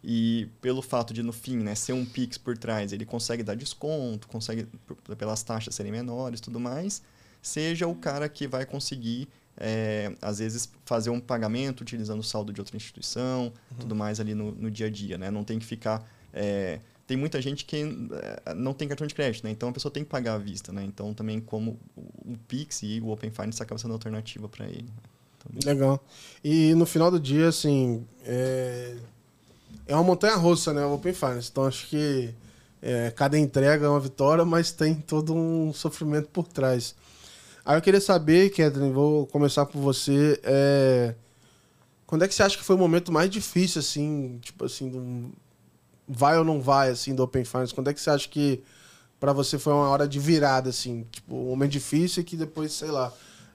E pelo fato de, no fim, né, ser um Pix por trás, ele consegue dar desconto, consegue, pelas taxas serem menores e tudo mais, seja o cara que vai conseguir, é, às vezes, fazer um pagamento utilizando o saldo de outra instituição, uhum. tudo mais ali no, no dia a dia, né? Não tem que ficar... É, tem muita gente que é, não tem cartão de crédito, né? Então a pessoa tem que pagar à vista, né? Então também como o Pix e o Open Finance acaba sendo alternativa para ele. Também. Legal. E no final do dia, assim... É... É uma montanha-russa, né? O Open Finance. Então, acho que é, cada entrega é uma vitória, mas tem todo um sofrimento por trás. Aí eu queria saber, Kathleen, vou começar por você. É, quando é que você acha que foi o momento mais difícil, assim, tipo assim, do, vai ou não vai, assim, do Open Finance? Quando é que você acha que para você foi uma hora de virada, assim? Tipo, um momento difícil e que depois, sei lá...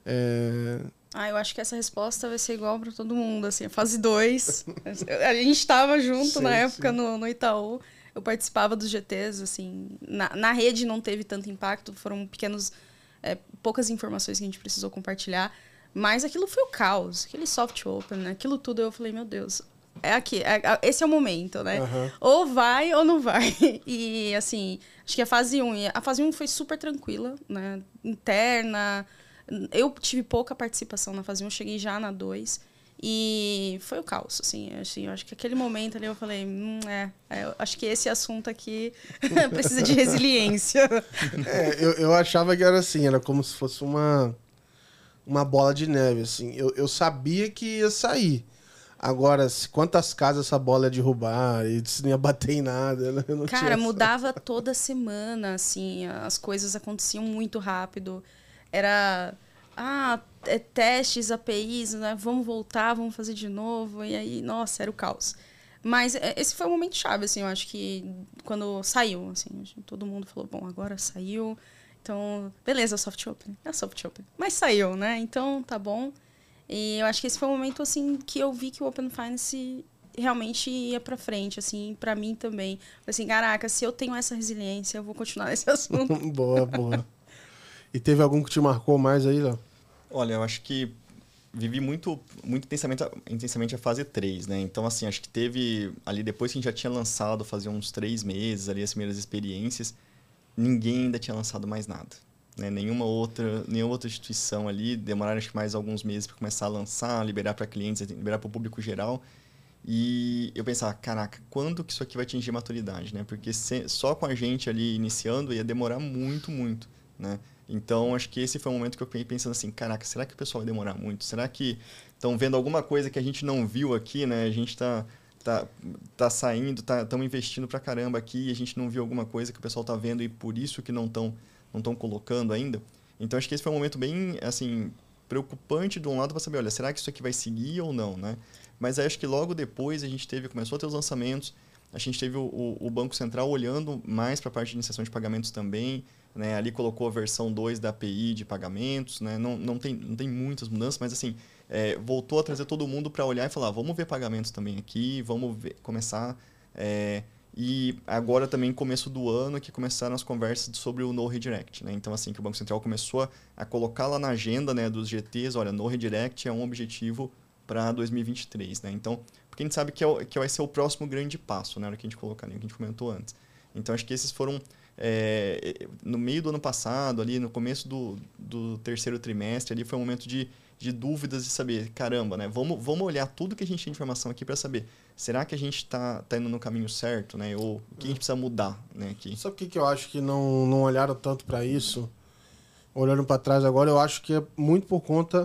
É... Ah, eu acho que essa resposta vai ser igual para todo mundo, assim, fase dois. A gente estava junto sim, na época no, no Itaú, eu participava dos G Tês, assim, na, na rede não teve tanto impacto, foram pequenos, é, poucas informações que a gente precisou compartilhar, mas aquilo foi o caos, aquele soft open, né? Aquilo tudo eu falei, meu Deus, é aqui, é, esse é o momento, né? Uhum. Ou vai ou não vai. E, assim, acho que a fase um, a fase um foi super tranquila, né? Interna... Eu tive pouca participação na fase um, cheguei já na dois e foi o caos, assim, assim, eu acho que aquele momento ali eu falei, hum, é, é eu acho que esse assunto aqui precisa de resiliência. É, eu, eu achava que era assim, era como se fosse uma, uma bola de neve, assim, eu, eu sabia que ia sair. Agora, quantas casas essa bola ia derrubar e se não ia bater em nada. Né? Não Cara, tinha... mudava toda semana, assim, as coisas aconteciam muito rápido. Era, ah, é, testes, A P Is, né? Vamos voltar, vamos fazer de novo. E aí, nossa, era o caos. Mas esse foi um momento chave, assim, eu acho que quando saiu, assim, todo mundo falou, bom, agora saiu, então, beleza, soft open, é soft open. Mas saiu, né? Então, tá bom. E eu acho que esse foi o momento, assim, que eu vi que o Open Finance realmente ia pra frente, assim, pra mim também. Assim, caraca, se eu tenho essa resiliência, eu vou continuar nesse assunto. Boa, boa. E teve algum que te marcou mais aí, Léo? Olha, eu acho que vivi muito, muito intensamente, intensamente a fase três, né? Então, assim, acho que teve ali, depois que a gente já tinha lançado, fazia uns três meses ali, as primeiras experiências, ninguém ainda tinha lançado mais nada. Né? Nenhuma outra, nenhuma outra instituição ali, demoraram acho que mais alguns meses para começar a lançar, liberar para clientes, liberar para o público geral. E eu pensava, caraca, quando que isso aqui vai atingir maturidade, né? Porque se, só com a gente ali iniciando ia demorar muito, muito, né? Então, acho que esse foi o momento que eu fiquei pensando assim, caraca, será que o pessoal vai demorar muito? Será que estão vendo alguma coisa que a gente não viu aqui, né? A gente tá, tá, tá saindo, tá, estamos investindo pra caramba aqui e a gente não viu alguma coisa que o pessoal tá vendo e por isso que não estão não estão colocando ainda. Então, acho que esse foi um momento bem, assim, preocupante de um lado para saber, olha, será que isso aqui vai seguir ou não, né? Mas acho que logo depois a gente teve, começou a ter os lançamentos, a gente teve o, o, o Banco Central olhando mais para a parte de iniciação de pagamentos também, né? Ali colocou a versão dois da A P I de pagamentos, né? Não, não, tem, não tem muitas mudanças, mas assim, é, voltou a trazer todo mundo para olhar e falar, vamos ver pagamentos também aqui, vamos ver, começar... É, e agora também, começo do ano, que começaram as conversas sobre o No Redirect, né? Então, assim, que o Banco Central começou a, a colocar lá na agenda, né, dos G Ts, olha, No Redirect é um objetivo para dois mil e vinte e três, né? Então, porque a gente sabe que, é, que vai ser o próximo grande passo, né? Era o que a gente colocou ali, o que a gente comentou antes. Então, acho que esses foram, é, no meio do ano passado, ali no começo do, do terceiro trimestre, ali foi um momento de, de dúvidas de saber, caramba, né? Vamos, vamos olhar tudo que a gente tem de informação aqui para saber, será que a gente está tá indo no caminho certo, né? Ou o que a gente precisa mudar, né? Aqui. Sabe o que, que eu acho que não, não olharam tanto para isso? Olhando para trás agora, eu acho que é muito por conta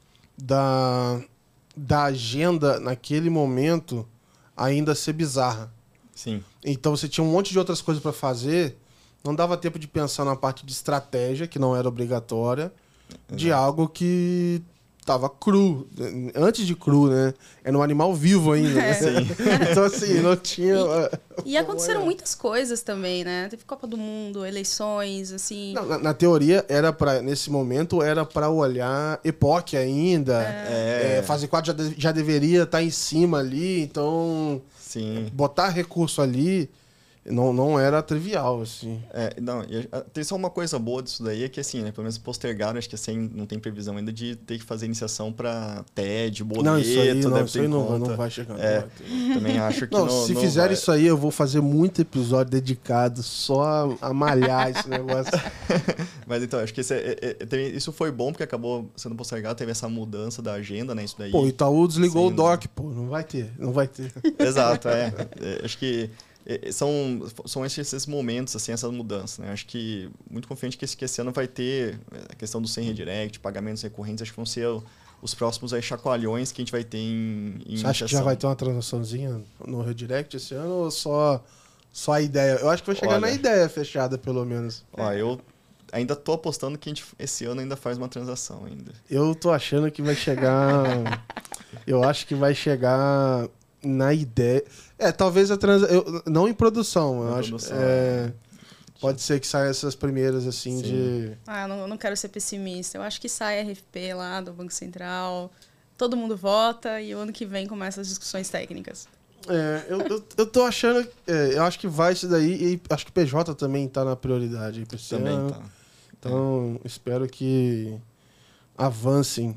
da, da agenda naquele momento ainda ser bizarra. Sim. Então você tinha um monte de outras coisas para fazer, não dava tempo de pensar na parte de estratégia, que não era obrigatória, Exato. De algo que tava cru, antes de cru, né? Era um animal vivo ainda. Né? Sim. Então, assim, não tinha... E, e aconteceram muitas coisas também, né? Teve Copa do Mundo, eleições, assim... Não, na, na teoria, era pra, nesse momento, era para olhar Epoch ainda. É. É, Fase quatro já, de, já deveria estar em cima ali, então... Sim. Botar recurso ali... Não, não era trivial, assim. É, não, e a, tem só uma coisa boa disso daí, é que assim, né, pelo menos postergaram, acho que assim, não tem previsão ainda de ter que fazer iniciação para T E D, boleto, não, isso aí, não, deve isso ter aí em não, conta. não vai chegar. É, não vai também acho que não, não, se não fizer vai. isso aí, eu vou fazer muito episódio dedicado só a, a malhar esse negócio. Mas então, acho que esse é, é, é, isso foi bom, porque acabou sendo postergado, teve essa mudança da agenda, né, isso daí. Pô, o Itaú desligou Sim, o dock, pô, não vai ter, não vai ter. Exato, é. é acho que São, são esses momentos, assim, essas mudanças, né? Acho que muito confiante que esse, que esse ano vai ter a questão do sem redirect, pagamentos recorrentes, acho que vão ser os próximos aí chacoalhões que a gente vai ter em, em Você acha que já vai ter uma transaçãozinha no redirect esse ano ou só, só a ideia? Eu acho que vai chegar Olha, na ideia fechada, pelo menos. Ó, eu ainda tô apostando que a gente, esse ano ainda faz uma transação ainda. Eu tô achando que vai chegar... eu acho que vai chegar... Na ideia... É, talvez a transação... Não em produção, eu acho. Produção, é, é. Pode ser que saia essas primeiras, assim, Sim. de... Ah, eu não, eu não quero ser pessimista. Eu acho que sai a R F P lá do Banco Central, todo mundo vota e o ano que vem começa as discussões técnicas. É, eu, eu, eu tô achando... É, eu acho que vai isso daí e acho que P J também tá na prioridade. Também ano. tá. Então, é. espero que avancem.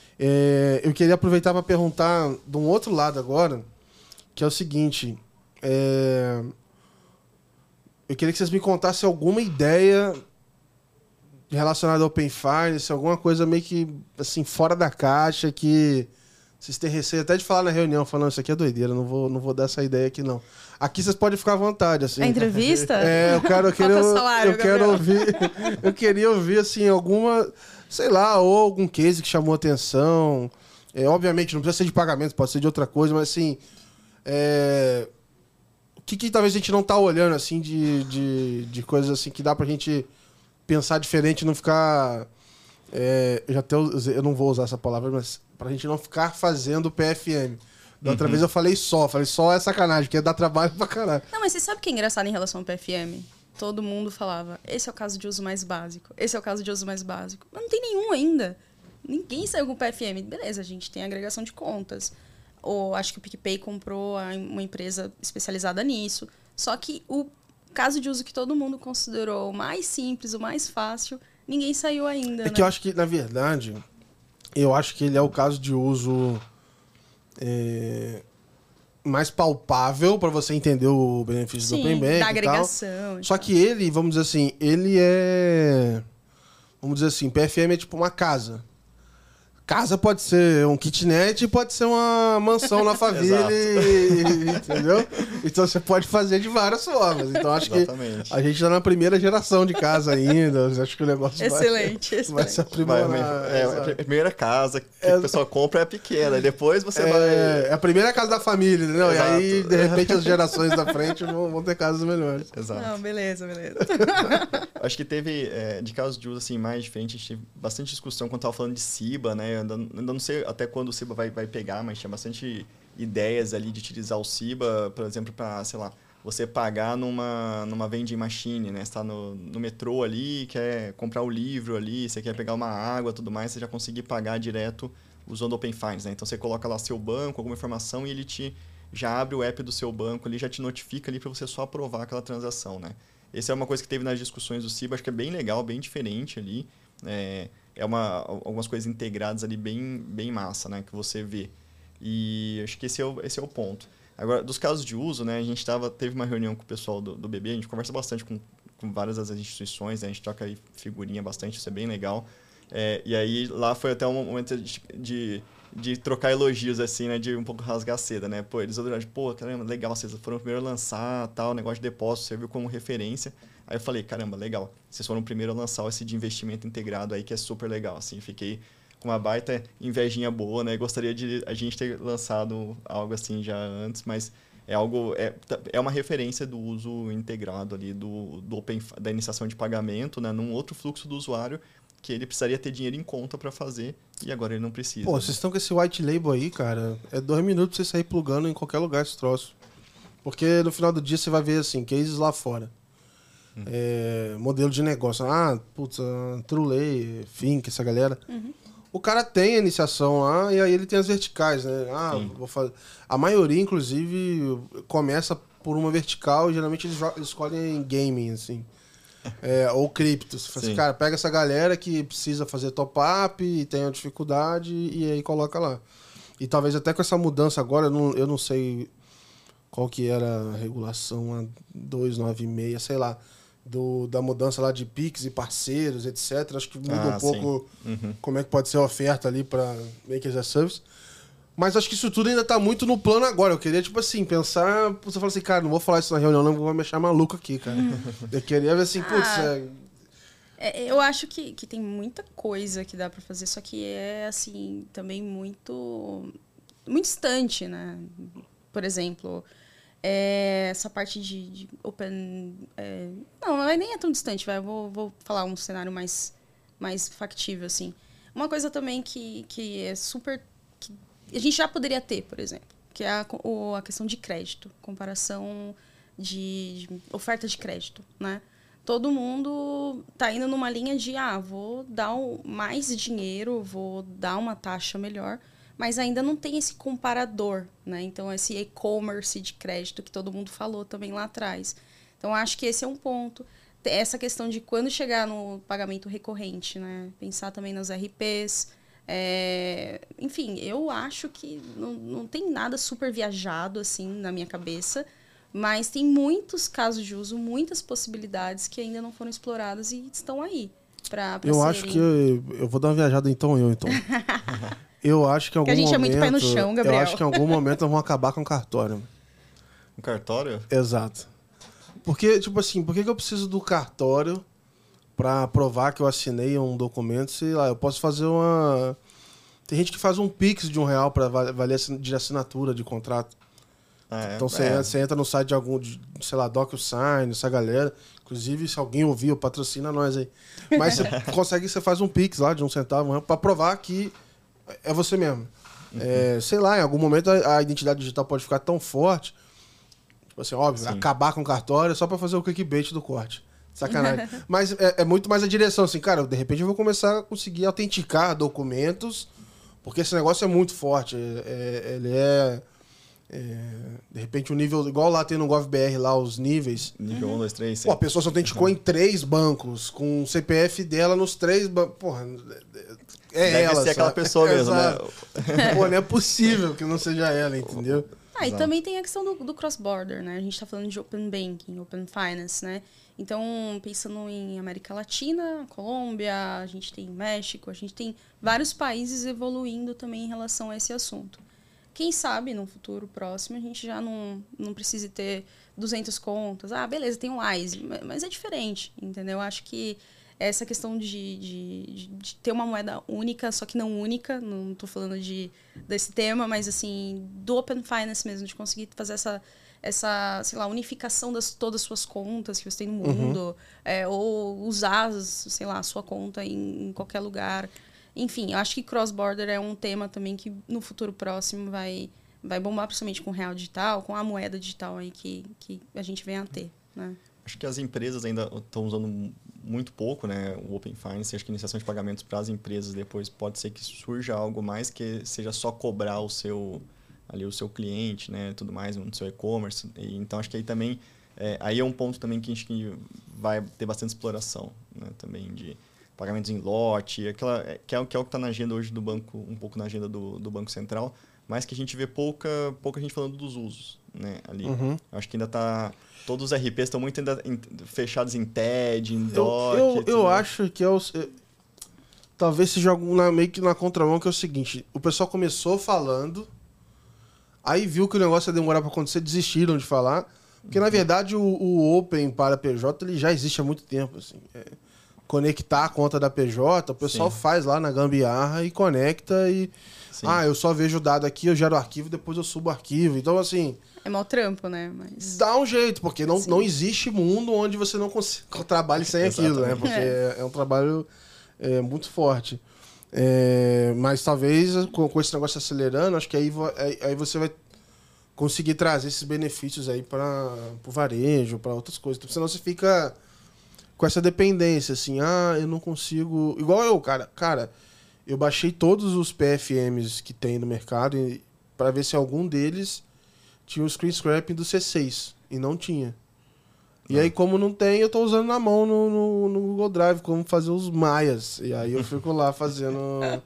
É, eu queria aproveitar para perguntar de um outro lado agora, que é o seguinte, é, eu queria que vocês me contassem alguma ideia relacionada ao Open Finance, alguma coisa meio que assim, fora da caixa, que vocês têm receio até de falar na reunião, falando, isso aqui é doideira, não vou, não vou dar essa ideia aqui não. Aqui vocês podem ficar à vontade, assim. A entrevista? É, eu quero, eu quero, Qual que é o salário, eu quero ouvir, eu queria ouvir, assim, alguma, sei lá, ou algum case que chamou atenção, É, obviamente, não precisa ser de pagamento, pode ser de outra coisa, mas assim... É... O que, que talvez a gente não tá olhando, assim, de, de, de coisas assim que dá pra gente pensar diferente e não ficar... É, eu já até usei, eu não vou usar essa palavra, mas pra gente não ficar fazendo P F M. Da outra Uhum. vez eu falei só, falei só é sacanagem, porque dá trabalho pra caralho. Não, mas você sabe o que é engraçado em relação ao P F M? Todo mundo falava, esse é o caso de uso mais básico, esse é o caso de uso mais básico. Mas não tem nenhum ainda. Ninguém saiu com P F M. Beleza, a gente tem agregação de contas. Ou acho que o PicPay comprou uma empresa especializada nisso. Só que o caso de uso que todo mundo considerou o mais simples, o mais fácil, ninguém saiu ainda. É né? que eu acho que, na verdade, eu acho que ele é o caso de uso é, mais palpável para você entender o benefício Sim, do Open Bank da e agregação. tal. e Só tal. que ele, vamos dizer assim, ele é... Vamos dizer assim, P F M é tipo uma casa. Casa pode ser um kitnet e pode ser uma mansão na família, e- entendeu? Então você pode fazer de várias formas. Então acho que Exatamente. a gente tá na primeira geração de casa ainda. Acho que o negócio Excelente, vai, vai excelente. se Vai, aprimorar. é, exato. a primeira casa que É- o pessoal compra é pequena, e depois você É, vai... é a primeira casa da família, entendeu? Exato. E aí, de repente, as gerações da frente vão, vão ter casas melhores. Exato. Não, beleza, beleza. Acho que teve, é, de casos de uso assim, mais diferente, a gente teve bastante discussão quando tava falando de Ciba, né? Eu ainda, ainda não sei até quando o Ciba vai, vai pegar, mas tinha bastante ideias ali de utilizar o Ciba, por exemplo, para, sei lá, você pagar numa, numa vending machine, né? Você tá no, no metrô ali, quer comprar o livro ali, você quer pegar uma água e tudo mais, você já conseguir pagar direto usando o Open Finance, né? Então você coloca lá seu banco, alguma informação e ele te já abre o app do seu banco ali, já te notifica ali para você só aprovar aquela transação, né? Essa é uma coisa que teve nas discussões do Ciba, acho que é bem legal, bem diferente ali. É, é uma, algumas coisas integradas ali bem, bem massa, né? Que você vê. E acho que esse é o, esse é o ponto. Agora, dos casos de uso, né? A gente tava, teve uma reunião com o pessoal do, do B B, a gente conversa bastante com, com várias das instituições, né? A gente troca aí figurinha bastante, isso é bem legal. É, e aí, lá foi até um momento de... de de trocar elogios, assim, né? De um pouco rasgar a seda, né? Pô, eles olharam, pô, caramba, legal, vocês foram o primeiro a lançar, tal, negócio de depósito, serviu como referência. Aí eu falei, caramba, legal, vocês foram o primeiro a lançar esse de investimento integrado aí, que é super legal, assim. Fiquei com uma baita invejinha boa, né? Gostaria de a gente ter lançado algo assim já antes, mas é algo... É, é uma referência do uso integrado ali, do, do open, da iniciação de pagamento, né? Num outro fluxo do usuário, que ele precisaria ter dinheiro em conta para fazer e agora ele não precisa. Pô, né? vocês estão com esse white label aí, cara. É dois minutos pra você sair plugando em qualquer lugar esse troço. Porque no final do dia você vai ver, assim, cases lá fora. Hum. É, modelo de negócio. Ah, putz, uh, Trulay, Fink, essa galera. Uhum. O cara tem a iniciação lá e aí ele tem as verticais, né? Ah, Sim. vou fazer... A maioria, inclusive, começa por uma vertical e geralmente eles escolhem gaming, assim. É, ou cripto. Você fala assim, cara, pega essa galera que precisa fazer top-up e tem a dificuldade e aí coloca lá. E talvez até com essa mudança agora, eu não, eu não sei qual que era a regulação, a duzentos e noventa e seis, sei lá, do, da mudança lá de Pix e parceiros, etcétera. Acho que muda ah, um pouco uhum. como é que pode ser a oferta ali para Make as a Service. Mas acho que isso tudo ainda tá muito no plano agora. Eu queria, tipo assim, pensar... Você fala assim, cara, não vou falar isso na reunião não, porque vai me achar maluco aqui, cara. Eu queria ver assim, putz... Ah, é... Eu acho que, que tem muita coisa que dá pra fazer, só que é, assim, também muito... Muito distante, né? Por exemplo, é, essa parte de, de open... É, não, nem é tão distante, vai. Eu vou, vou falar um cenário mais, mais factível, assim. Uma coisa também que, que é super... Que, a gente já poderia ter, por exemplo, que é a, o, a questão de crédito, comparação de, de oferta de crédito, né? Todo mundo tá indo numa linha de, ah, vou dar um, mais dinheiro, vou dar uma taxa melhor, mas ainda não tem esse comparador, né? Então, esse e-commerce de crédito que todo mundo falou também lá atrás. Então, acho que esse é um ponto. Essa questão de quando chegar no pagamento recorrente, né? Pensar também nos R Ps. É, enfim, eu acho que não, não tem nada super viajado assim na minha cabeça, mas tem muitos casos de uso, muitas possibilidades que ainda não foram exploradas e estão aí para Eu serem... acho que eu, eu vou dar uma viajada então eu então. Eu acho que em algum momento... a gente momento, é muito pé no chão, Gabriel. Eu acho que em algum momento nós vamos acabar com o cartório. Um cartório? Exato. Porque, tipo assim, por que, que eu preciso do cartório para provar que eu assinei um documento? Sei lá, eu posso fazer uma, Tem gente que faz um Pix de um real para valer de assinatura de contrato. Ah, é? Então você, é. você entra no site de algum, de, sei lá, DocuSign, essa galera. Inclusive, se alguém ouviu, patrocina nós aí. Mas você consegue, você faz um Pix lá de um centavo para provar que é você mesmo. Uhum. É, sei lá, em algum momento a, a identidade digital pode ficar tão forte, tipo assim, óbvio, Sim. acabar com o cartório só para fazer o clickbait do corte. Sacanagem. Mas é, é muito mais a direção, assim, cara, de repente eu vou começar a conseguir autenticar documentos, porque esse negócio é muito forte. É, é, ele é, é... De repente, um nível... Igual lá tem no GovBR, lá, os níveis. Nível um, dois, três, Pô, a pessoa só autenticou uhum. em três bancos, com o C P F dela nos três bancos. Porra, é Deve ela, ser sabe? Aquela pessoa mesmo, né? Pô, não é possível que não seja ela, entendeu? Ah, e também tem a questão do, do cross-border, né? A gente tá falando de Open Banking, Open Finance, né? Então, pensando em América Latina, Colômbia, a gente tem México, a gente tem vários países evoluindo também em relação a esse assunto. Quem sabe, no futuro próximo, a gente já não, não precise ter duzentas contas. Ah, beleza, tem um Wise, mas é diferente, entendeu? Eu acho que essa questão de, de, de ter uma moeda única, só que não única, não estou falando de, desse tema, mas assim, do Open Finance mesmo, de conseguir fazer essa... essa, sei lá, unificação das todas as suas contas que você tem no mundo, uhum. é, ou usar, sei lá, a sua conta em, em qualquer lugar. Enfim, eu acho que cross-border é um tema também que no futuro próximo vai, vai bombar, principalmente com o real digital, com a moeda digital aí que, que a gente vem a ter, né? Acho que as empresas ainda estão usando muito pouco, né, o Open Finance. Acho que a iniciação de pagamentos para as empresas depois pode ser que surja algo mais que seja só cobrar o seu... ali o seu cliente, né, tudo mais, no seu e-commerce. Então, acho que aí também, é, aí é um ponto também que a gente vai ter bastante exploração, né, também de pagamentos em lote, aquela, que é, que é o que está na agenda hoje do banco, um pouco na agenda do, do Banco Central, mas que a gente vê pouca, pouca gente falando dos usos, né, ali. Uhum. Acho que ainda está... Todos os R Ps estão muito ainda em, fechados em T E D, em D O C. Eu, eu, eu acho que é o... Talvez seja algum, meio que na contramão, que é o seguinte, o pessoal começou falando... Aí viu que o negócio ia demorar para acontecer, desistiram de falar. Porque, uhum. na verdade, o, o Open para P J ele já existe há muito tempo. Assim. É, conectar a conta da P J, o pessoal Sim. faz lá na gambiarra e conecta e... Sim. Ah, eu só vejo o dado aqui, eu gero o arquivo, depois eu subo o arquivo. Então, assim... É mau trampo, né? Mas... Dá um jeito, porque não, não existe mundo onde você não consiga, trabalhe sem aquilo, né? Porque é, é um trabalho é, muito forte. É, mas talvez com, com esse negócio acelerando, acho que aí, aí você vai conseguir trazer esses benefícios aí para o varejo, para outras coisas. Senão você fica com essa dependência, assim, ah, eu não consigo... Igual eu, cara. Cara, eu baixei todos os P F Ms que tem no mercado para ver se algum deles tinha o screen scraping do C seis. E não tinha. E ah. aí, como não tem, eu tô usando na mão no, no, no Google Drive, como fazer os maias. E aí eu fico lá fazendo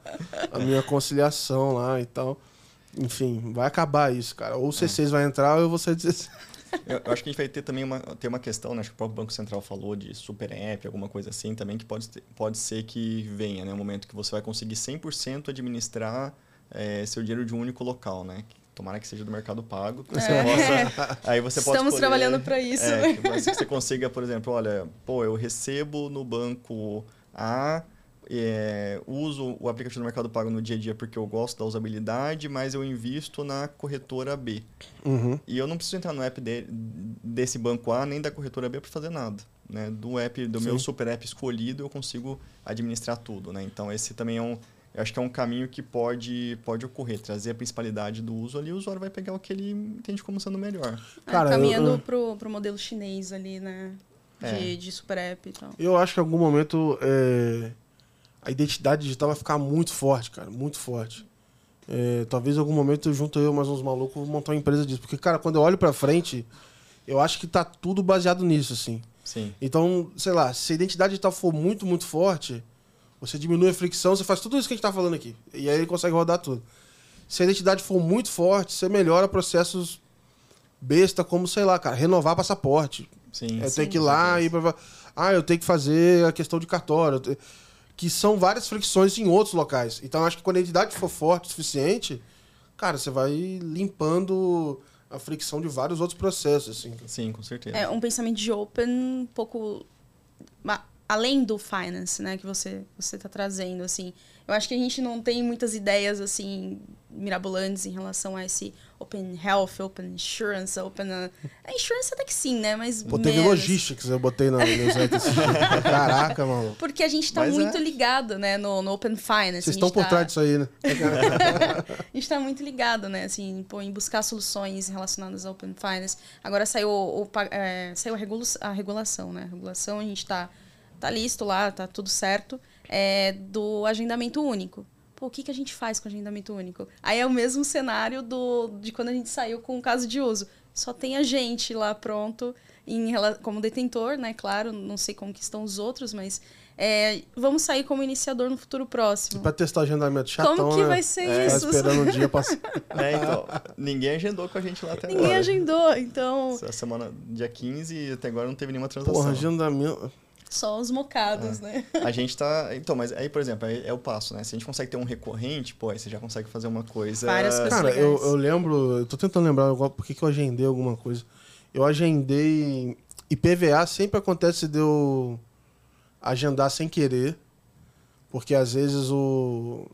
a minha conciliação lá e tal. Enfim, vai acabar isso, cara. Ou o C seis é. vai entrar ou eu vou ser dezesseis. Eu, eu acho que a gente vai ter também uma, ter uma questão, né? Acho que o próprio Banco Central falou de super app, alguma coisa assim também, que pode, ter, pode ser que venha, né? Um momento que você vai conseguir cem por cento administrar é, seu dinheiro de um único local, né? Tomara que seja do Mercado Pago. Que você é. possa, aí você pode Estamos escolher, trabalhando para isso. É, que você consiga, por exemplo, olha, pô, eu recebo no banco A, é, uso o aplicativo do Mercado Pago no dia a dia porque eu gosto da usabilidade, mas eu invisto na corretora B. Uhum. E eu não preciso entrar no app de, desse banco A nem da corretora B para fazer nada. Né? Do app, do Sim. meu super app escolhido, eu consigo administrar tudo. Né? Então, esse também é um... Eu acho que é um caminho que pode, pode ocorrer, trazer a principalidade do uso ali, o usuário vai pegar o que ele entende como sendo melhor. Cara, é, caminhando eu, eu... Pro, pro modelo chinês ali, né? De, é. de super app e tal. Eu acho que em algum momento é, a identidade digital vai ficar muito forte, cara, muito forte. É, talvez em algum momento eu junto eu mais uns malucos vou montar uma empresa disso. Porque, cara, quando eu olho pra frente, eu acho que tá tudo baseado nisso, assim. Sim. Então, sei lá, se a identidade digital for muito, muito forte... Você diminui a fricção, você faz tudo isso que a gente está falando aqui. E aí ele consegue rodar tudo. Se a identidade for muito forte, você melhora processos besta, como, sei lá, cara, renovar passaporte. Sim, eu sim, tenho que ir lá e... Ah, eu tenho que fazer a questão de cartório. Que são várias fricções em outros locais. Então, acho que quando a identidade for forte o suficiente, cara, você vai limpando a fricção de vários outros processos. Assim. Sim, com certeza. É um pensamento de open um pouco... além do finance, né, que você você está trazendo, assim. Eu acho que a gente não tem muitas ideias, assim, mirabolantes em relação a esse Open Health, Open Insurance, Open... A, a Insurance até que sim, né, mas Pô, teve menos. Logistics, eu botei na newsletter. Caraca, mano. Porque a gente está muito é. ligado, né, no, no Open Finance. Vocês estão por tá... trás disso aí, né? A gente está muito ligado, né, assim, pô, em buscar soluções relacionadas ao Open Finance. Agora saiu, o, é, saiu a, regula a regulação, né? A regulação, a gente está tá listo lá, tá tudo certo. É, do agendamento único. Pô, o que, que a gente faz com o agendamento único? Aí é o mesmo cenário do, de quando a gente saiu com o caso de uso. Só tem a gente lá pronto, em, como detentor, né? Claro, não sei como que estão os outros, mas é, vamos sair como iniciador no futuro próximo. Para testar o agendamento chatão, como que né? vai ser é, isso? Tá esperando um dia passar. É, então, ninguém agendou com a gente lá até ninguém agora. Ninguém agendou, então... Essa semana, dia quinze, até agora não teve nenhuma transação. Porra, agendamento... Só os mocados, é. né? A gente tá... Então, mas aí, por exemplo, aí é o passo, né? Se a gente consegue ter um recorrente, pô, aí você já consegue fazer uma coisa... Várias coisas Cara, legais. eu, eu lembro... Eu tô tentando lembrar agora por que eu agendei alguma coisa. Eu agendei... I P V A sempre acontece de eu agendar sem querer. Porque às vezes o...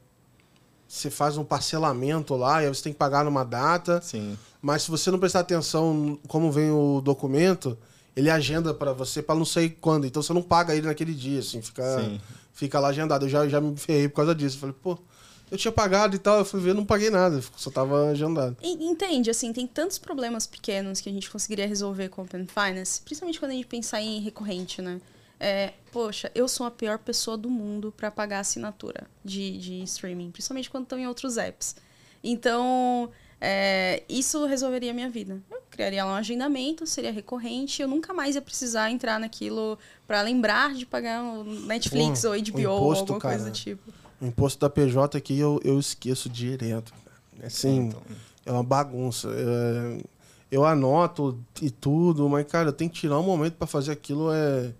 Você faz um parcelamento lá e aí você tem que pagar numa data. Sim. Mas se você não prestar atenção como vem o documento... Ele agenda pra você pra não sei quando. Então você não paga ele naquele dia, assim. Fica, fica lá agendado. Eu já, já me ferrei por causa disso. Eu falei, pô, eu tinha pagado e tal. Eu fui ver, não paguei nada. Só tava agendado. Entende, assim, tem tantos problemas pequenos que a gente conseguiria resolver com o Open Finance. Principalmente quando a gente pensar em recorrente, né? É, poxa, eu sou a pior pessoa do mundo pra pagar assinatura de, de streaming. Principalmente quando estão em outros apps. Então... É, isso resolveria a minha vida. Eu criaria lá um agendamento, seria recorrente, eu nunca mais ia precisar entrar naquilo para lembrar de pagar o Netflix Pô, ou H B O imposto, ou alguma cara, coisa do tipo. O imposto da P J aqui eu, eu esqueço direto. Assim, então, é uma bagunça. É, eu anoto e tudo, mas, cara, eu tenho que tirar um momento para fazer aquilo. É...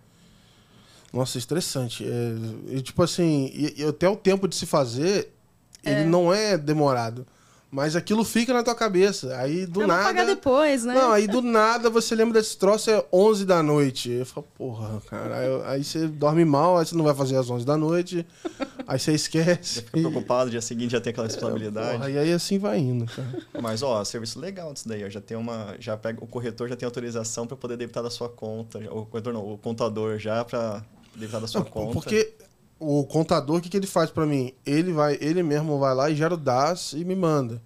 Nossa, estressante. É, e, tipo assim, e, e até o tempo de se fazer, é. ele não é demorado. Mas aquilo fica na tua cabeça. Aí do pra nada. Não pagar depois, né? Não, aí do nada você lembra desse troço, é onze da noite. Eu falo, porra, cara. Aí, aí você dorme mal, aí você não vai fazer às onze da noite. Aí você esquece. Você fica preocupado, dia seguinte já tem aquela responsabilidade. É, porra, e aí assim vai indo, cara. Mas, ó, serviço legal disso daí. Ó, já tem uma. Já pega, o corretor já tem autorização para poder debitar da sua conta. O corretor não, o contador já para debitar da sua não, conta. Porque. O contador, o que, que ele faz pra mim? Ele vai, ele mesmo vai lá e gera o D A S e me manda.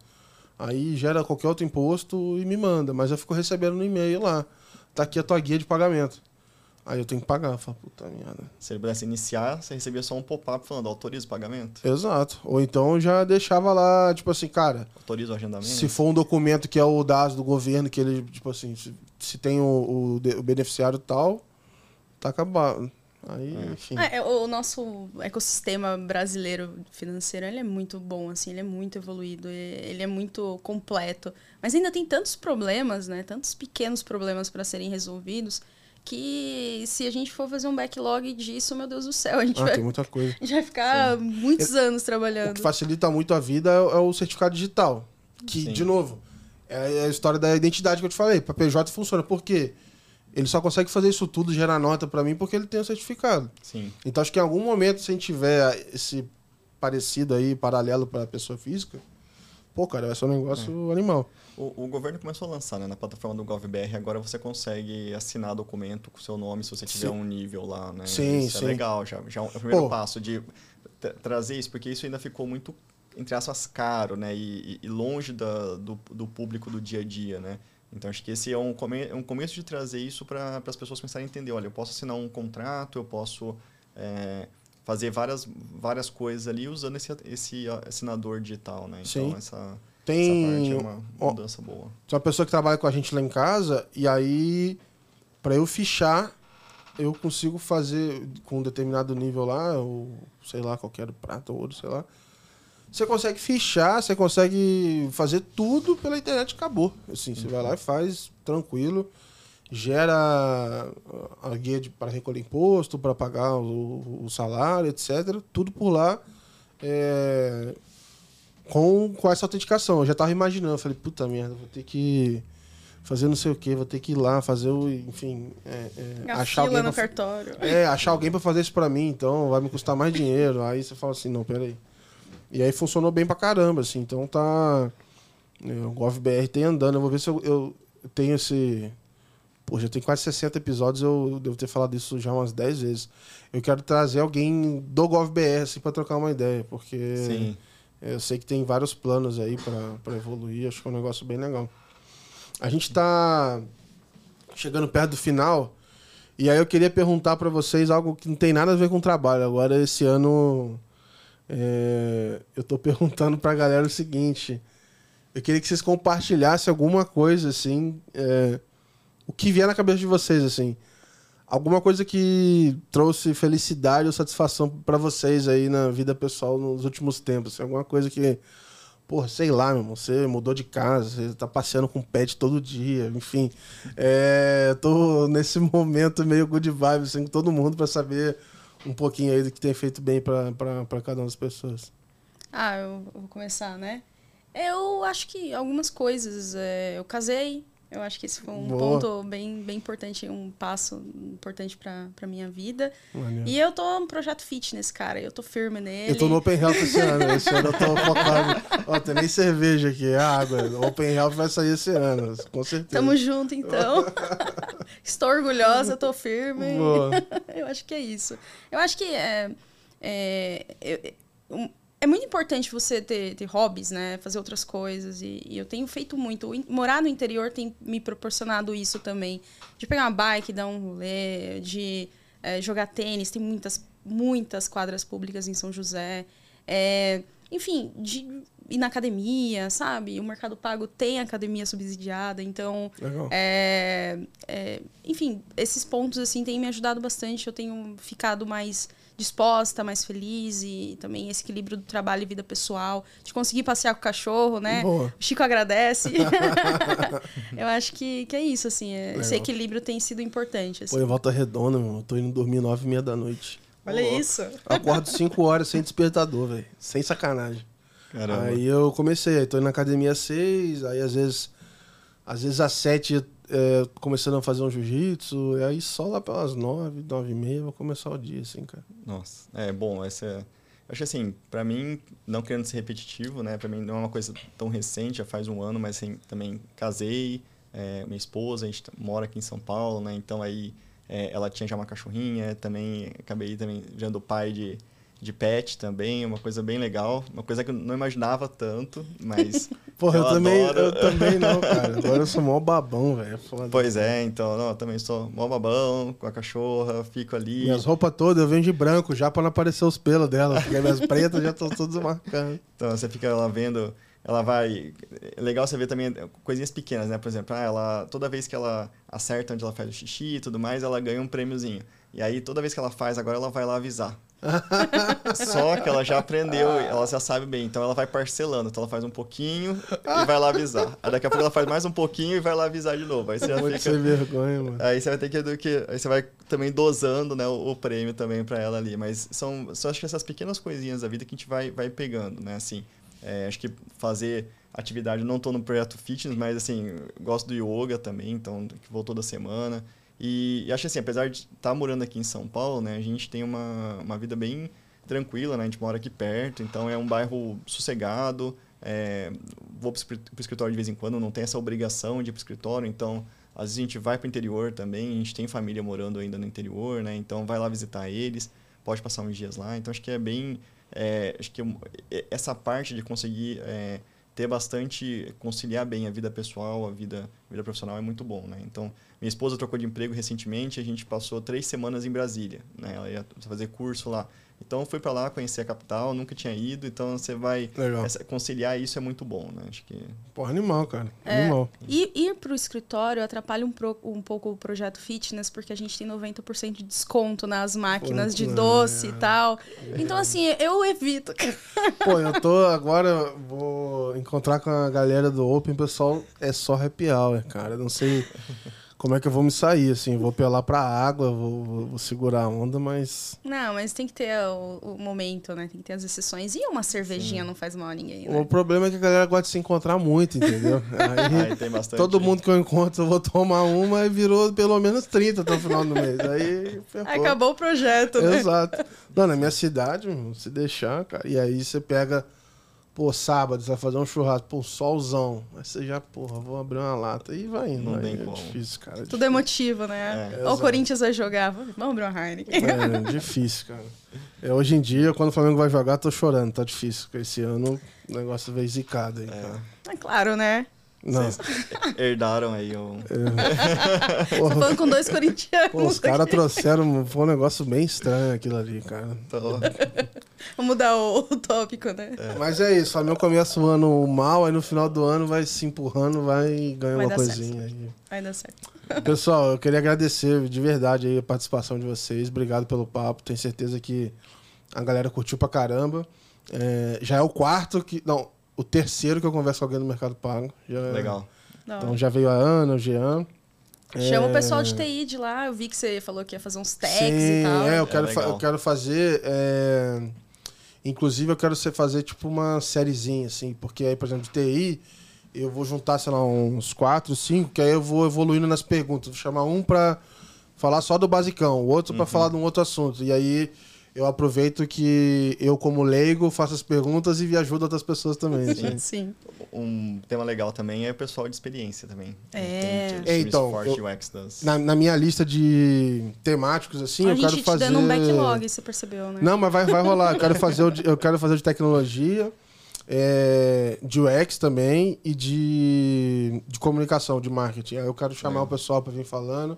Aí gera qualquer outro imposto e me manda. Mas eu fico recebendo no e-mail lá. Tá aqui a tua guia de pagamento. Aí eu tenho que pagar. Eu falo, puta merda. Se ele pudesse iniciar, você recebia só um pop-up falando, autoriza o pagamento? Exato. Ou então eu já deixava lá, tipo assim, cara... Autoriza o agendamento? Se for um documento que é o D A S do governo, que ele, tipo assim, se, se tem o, o, o beneficiário tal, tá acabado. Aí, é. enfim. É, o nosso ecossistema brasileiro financeiro, ele é muito bom, assim, ele é muito evoluído, ele é muito completo. Mas ainda tem tantos problemas, né? Tantos pequenos problemas para serem resolvidos, que se a gente for fazer um backlog disso, meu Deus do céu, a gente, ah, vai, tem muita coisa. a gente vai ficar Sim. muitos é, anos trabalhando. O que facilita muito a vida é, é o certificado digital. Que, Sim. de novo, é a história da identidade que eu te falei. Para P J funciona. Por quê? Ele só consegue fazer isso tudo, gerar nota para mim, porque ele tem o certificado. Sim. Então, acho que em algum momento, se a gente tiver esse parecido aí, paralelo para a pessoa física, pô, cara, vai ser um negócio é. animal. O, o governo começou a lançar, né, na plataforma do GovBR, agora você consegue assinar documento com o seu nome se você tiver sim. um nível lá, né? Sim, isso sim. é legal, já, já é o primeiro pô. passo de tra trazer isso, porque isso ainda ficou muito, entre aspas, caro, né, e, e longe da, do, do público do dia a dia, né? Então, acho que esse é um, come é um começo de trazer isso para as pessoas começarem a entender. Olha, eu posso assinar um contrato, eu posso é, fazer várias, várias coisas ali usando esse, esse assinador digital, né? Então, Sim. essa, Tem... essa parte é uma mudança Ó, boa. Tem uma pessoa que trabalha com a gente lá em casa e aí, para eu fichar, eu consigo fazer com um determinado nível lá, ou sei lá, qualquer prata ou ouro, sei lá. Você consegue fichar, você consegue fazer tudo pela internet e acabou. Assim, você uhum. vai lá e faz tranquilo, gera a guia para recolher imposto, para pagar o, o salário, etcétera. Tudo por lá é, com, com essa autenticação. Eu já estava imaginando, eu falei, puta merda, vou ter que fazer não sei o quê, vou ter que ir lá fazer o, enfim, é, é, A achar fila alguém no pra, cartório. é, achar alguém para fazer isso para mim, então vai me custar mais dinheiro. Aí você fala assim, não, peraí. E aí funcionou bem pra caramba, assim, então tá... O GovBR tem andando, eu vou ver se eu, eu tenho esse... Pô, já tem quase sessenta episódios, eu devo ter falado isso já umas dez vezes. Eu quero trazer alguém do GovBR, assim, pra trocar uma ideia, porque Sim. eu sei que tem vários planos aí pra, pra evoluir, acho que é um negócio bem legal. A gente tá chegando perto do final, e aí eu queria perguntar pra vocês algo que não tem nada a ver com o trabalho. Agora, esse ano, é, eu tô perguntando pra galera o seguinte, eu queria que vocês compartilhassem alguma coisa, assim... É, o que vier na cabeça de vocês, assim. Alguma coisa que trouxe felicidade ou satisfação pra vocês aí na vida pessoal nos últimos tempos. Assim, alguma coisa que, porra, sei lá, meu irmão, você mudou de casa, você tá passeando com pet todo dia, enfim. É, tô nesse momento meio good vibes, assim, com todo mundo pra saber um pouquinho aí do que tem feito bem pra, pra, pra cada uma das pessoas. Ah, eu vou começar, né? Eu acho que algumas coisas. É, eu casei. Eu acho que esse foi um Boa. ponto bem, bem importante, um passo importante pra, pra minha vida. Maneiro. E eu tô no projeto fitness, cara. Eu tô firme nele. Eu tô no Open Health esse ano. Esse ano eu tô focado. Ó, tem nem cerveja aqui, é água. O Open Health vai sair esse ano, com certeza. Tamo junto, então. Estou orgulhosa, tô firme. Boa. Eu acho que é isso. Eu acho que é... é eu, um, É muito importante você ter, ter hobbies, né? Fazer outras coisas. E, e eu tenho feito muito. O, morar no interior tem me proporcionado isso também. De pegar uma bike, dar um rolê, de é, jogar tênis. Tem muitas, muitas quadras públicas em São José. É, enfim, de ir na academia, sabe? O Mercado Pago tem academia subsidiada. Então, Legal. é, é, enfim, esses pontos assim têm me ajudado bastante. Eu tenho ficado mais... disposta, mais feliz e também esse equilíbrio do trabalho e vida pessoal, de conseguir passear com o cachorro, né? Boa. O Chico agradece. Eu acho que, que é isso, assim, é, esse Legal. equilíbrio tem sido importante. Assim. Pô, eu volta redonda, meu. Eu tô indo dormir nove e meia da noite. Olha Ô, isso. Eu acordo cinco horas sem despertador, velho. Sem sacanagem. Caramba. Aí eu comecei, aí tô indo na academia às seis, aí às vezes, às vezes às sete, é, começando a fazer um jiu-jitsu, e aí só lá pelas nove, nove e meia, vou começar o dia, assim, cara. Nossa, é bom, essa é... Eu acho que assim, pra mim, não querendo ser repetitivo, né? Pra mim não é uma coisa tão recente, já faz um ano, mas assim, também casei, é, minha esposa, a gente mora aqui em São Paulo, né? Então aí é, ela tinha já uma cachorrinha, também acabei também virando pai de, de pet também, uma coisa bem legal, uma coisa que eu não imaginava tanto, mas... Porra, eu, eu também, adoro. eu também não, cara. Agora eu sou mó babão, velho. Foda. Pois é, então, não, eu também sou mó babão com a cachorra, fico ali. Minhas roupas todas eu venho de branco já pra não aparecer os pelos dela, porque minhas pretas já estão todas marcadas. Então, você fica lá vendo, ela vai... É legal você ver também coisinhas pequenas, né? Por exemplo, ah, ela, toda vez que ela acerta onde ela faz o xixi e tudo mais, ela ganha um prêmiozinho. E aí, toda vez que ela faz, agora ela vai lá avisar. Só que ela já aprendeu, ela já sabe bem. Então, ela vai parcelando. Então, ela faz um pouquinho e vai lá avisar. Aí, daqui a pouco, ela faz mais um pouquinho e vai lá avisar de novo. Aí você já Muito fica... sem vergonha, mano. Aí você vai ter que, que aí você vai também dosando, né, o, o prêmio também para ela ali, mas são, são acho que essas pequenas coisinhas da vida que a gente vai vai pegando, né, assim, é, acho que fazer atividade, não tô no projeto fitness, mas assim, gosto do yoga também, então que vou toda semana. E, e acho assim, apesar de estar tá morando aqui em São Paulo, né, a gente tem uma uma vida bem tranquila, né, a gente mora aqui perto, então é um bairro sossegado. É, vou para o escritório de vez em quando, não tem essa obrigação de ir para o escritório, então às vezes a gente vai para o interior também, a gente tem família morando ainda no interior, né? Então vai lá visitar eles, pode passar uns dias lá. Então acho que é bem... É, acho que essa parte de conseguir é, ter bastante... conciliar bem a vida pessoal, a vida, a vida profissional é muito bom, né? Então minha esposa trocou de emprego recentemente, a gente passou três semanas em Brasília, né? Ela ia fazer curso lá. Então, fui para lá conhecer a capital, nunca tinha ido, então você vai... Essa, conciliar isso é muito bom, né? Acho que... Porra, animal, cara. É, Animal. e ir pro escritório atrapalha um, pro, um pouco o projeto fitness, porque a gente tem noventa por cento de desconto nas máquinas Puta, de doce é. e tal. Então, assim, eu evito. Pô, eu tô agora, vou encontrar com a galera do Open, pessoal, é só happy hour, cara. Eu não sei como é que eu vou me sair, assim. Vou pelar pra água, vou, vou, vou segurar a onda, mas... Não, mas tem que ter o, o momento, né? Tem que ter as exceções. E uma cervejinha Sim. não faz mal a ninguém, né? O problema é que a galera gosta de se encontrar muito, entendeu? Aí, Aí tem bastante. Todo mundo que eu encontro, eu vou tomar uma e virou pelo menos trinta até o final do mês. Aí ferrou. Acabou o projeto, né? Exato. Não, na minha cidade, se deixar, cara. E aí você pega... Pô, sábado, você vai fazer um churrasco, pô, solzão. Aí você já, porra, vou abrir uma lata. E vai indo. Não tem é como. difícil, cara. É Tudo difícil. é motivo, né? É, Ou o Corinthians vai jogar. Vamos abrir uma Heineken. É, difícil, cara. É, hoje em dia, quando o Flamengo vai jogar, tô chorando. Tá difícil. Porque esse ano o negócio veio zicado aí, É. cara. É claro, né? Não. Vocês herdaram aí um... É. Tô falando com dois corintianos. Pô, os caras trouxeram... Foi um negócio bem estranho aquilo ali, cara. Então, Vamos mudar o, o tópico, né? É. Mas é isso. O Flamengo começa o ano mal, aí no final do ano vai se empurrando, vai ganhar Vai uma dar coisinha aí. Vai dar certo. Pessoal, eu queria agradecer de verdade aí a participação de vocês. Obrigado pelo papo. Tenho certeza que a galera curtiu pra caramba. É, já é o quarto que... Não, o terceiro que eu converso com alguém no Mercado Pago. Já, legal. Não. Então já veio a Ana, o Jean. Chama É, o pessoal de T I de lá. Eu vi que você falou que ia fazer uns tags Sim, e tal. é, eu É quero, fa- legal. eu quero fazer... é, Inclusive, eu quero ser- fazer tipo uma sériezinha, assim. Porque aí, por exemplo, de T I, eu vou juntar, sei lá, uns quatro, cinco, que aí eu vou evoluindo nas perguntas. Vou chamar um pra falar só do basicão, o outro pra falar de um outro assunto. E aí eu aproveito que eu, como leigo, faço as perguntas e ajudo outras pessoas também. assim. Sim. Um tema legal também é o pessoal de experiência também. É. Tem, É, tem então, forte eu- U X das... Na, na minha lista de temáticos, assim, a eu gente quero te fazer... dando um backlog, você percebeu, né? Não, mas vai, vai rolar. Eu quero fazer o de, eu quero fazer o de tecnologia, é, de U X também e de, de comunicação, de marketing. Aí eu quero chamar Legal. o pessoal para vir falando.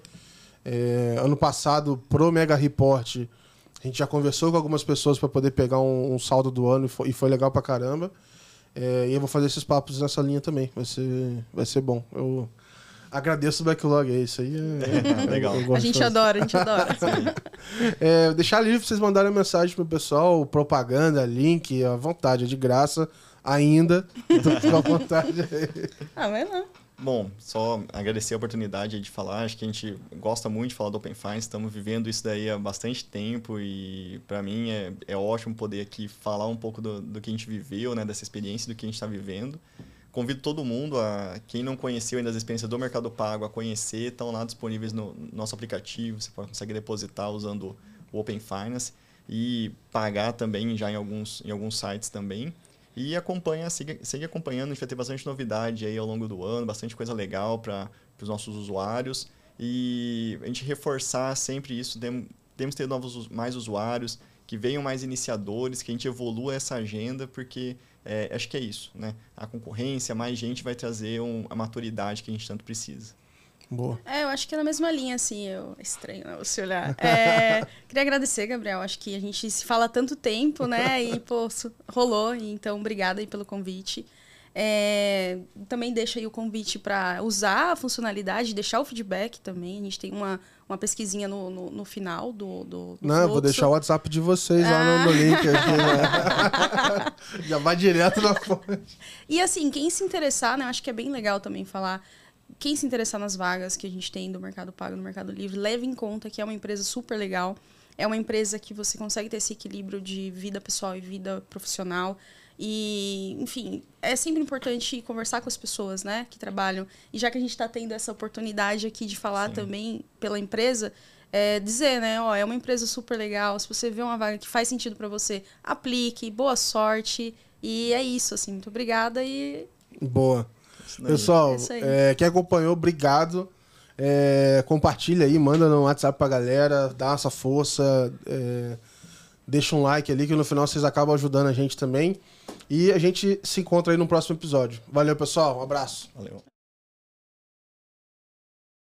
É, ano passado, pro Mega Report, a gente já conversou com algumas pessoas para poder pegar um, um saldo do ano e foi, e foi legal pra caramba. É, e eu vou fazer esses papos nessa linha também. Vai ser, vai ser bom. Eu agradeço o backlog, é isso aí. É, É, legal. eu- eu gosto A gente de fazer. adora, a gente adora. É, deixar livre pra vocês mandarem mensagem pro pessoal, propaganda, link, à vontade, é de graça ainda. Então fica à vontade aí. Ah, vai lá. Bom, só agradecer a oportunidade aí de falar. Acho que a gente gosta muito de falar do Open Finance. Estamos vivendo isso daí há bastante tempo e para mim é, é ótimo poder aqui falar um pouco do, do que a gente viveu, né, dessa experiência, do que a gente está vivendo. Convido todo mundo, a quem não conheceu ainda as experiências do Mercado Pago, a conhecer. Estão lá disponíveis no nosso aplicativo. Você pode, consegue depositar usando o Open Finance e pagar também já em alguns, em alguns sites também. E acompanha, siga, siga acompanhando, a gente vai ter bastante novidade aí ao longo do ano, bastante coisa legal para os nossos usuários. E a gente reforçar sempre isso, tem, temos que ter novos, mais usuários, que venham mais iniciadores, que a gente evolua essa agenda, porque é, acho que é isso, né? A concorrência, mais gente vai trazer um, a maturidade que a gente tanto precisa. Boa. É, eu acho que é na mesma linha, assim, eu... estranho, né, você olhar. É, queria agradecer, Gabriel, acho que a gente se fala há tanto tempo, né, e, pô, su- rolou, então, obrigada aí pelo convite. É, também deixa aí o convite para usar a funcionalidade, deixar o feedback também, a gente tem uma, uma pesquisinha no, no, no final do, do, do Não, eu vou fluxo. deixar o WhatsApp de vocês lá no, no link. Aqui, né? Já vai direto na fonte. E assim, quem se interessar, né, eu acho que é bem legal também falar, quem se interessar nas vagas que a gente tem do Mercado Pago, no Mercado Livre, leve em conta que é uma empresa super legal, é uma empresa que você consegue ter esse equilíbrio de vida pessoal e vida profissional. E, enfim, é sempre importante conversar com as pessoas, né, que trabalham. E já que a gente está tendo essa oportunidade aqui de falar Sim. também pela empresa, é dizer, né, ó, é uma empresa super legal. Se você vê uma vaga que faz sentido para você, aplique, boa sorte. E é isso, assim, muito obrigada e Boa. Isso daí. Pessoal, É isso aí. é, quem acompanhou, obrigado. É, compartilha aí, manda no WhatsApp pra galera, dá essa força, é, deixa um like ali que no final vocês acabam ajudando a gente também. E a gente se encontra aí no próximo episódio. Valeu, pessoal. Um abraço. Valeu.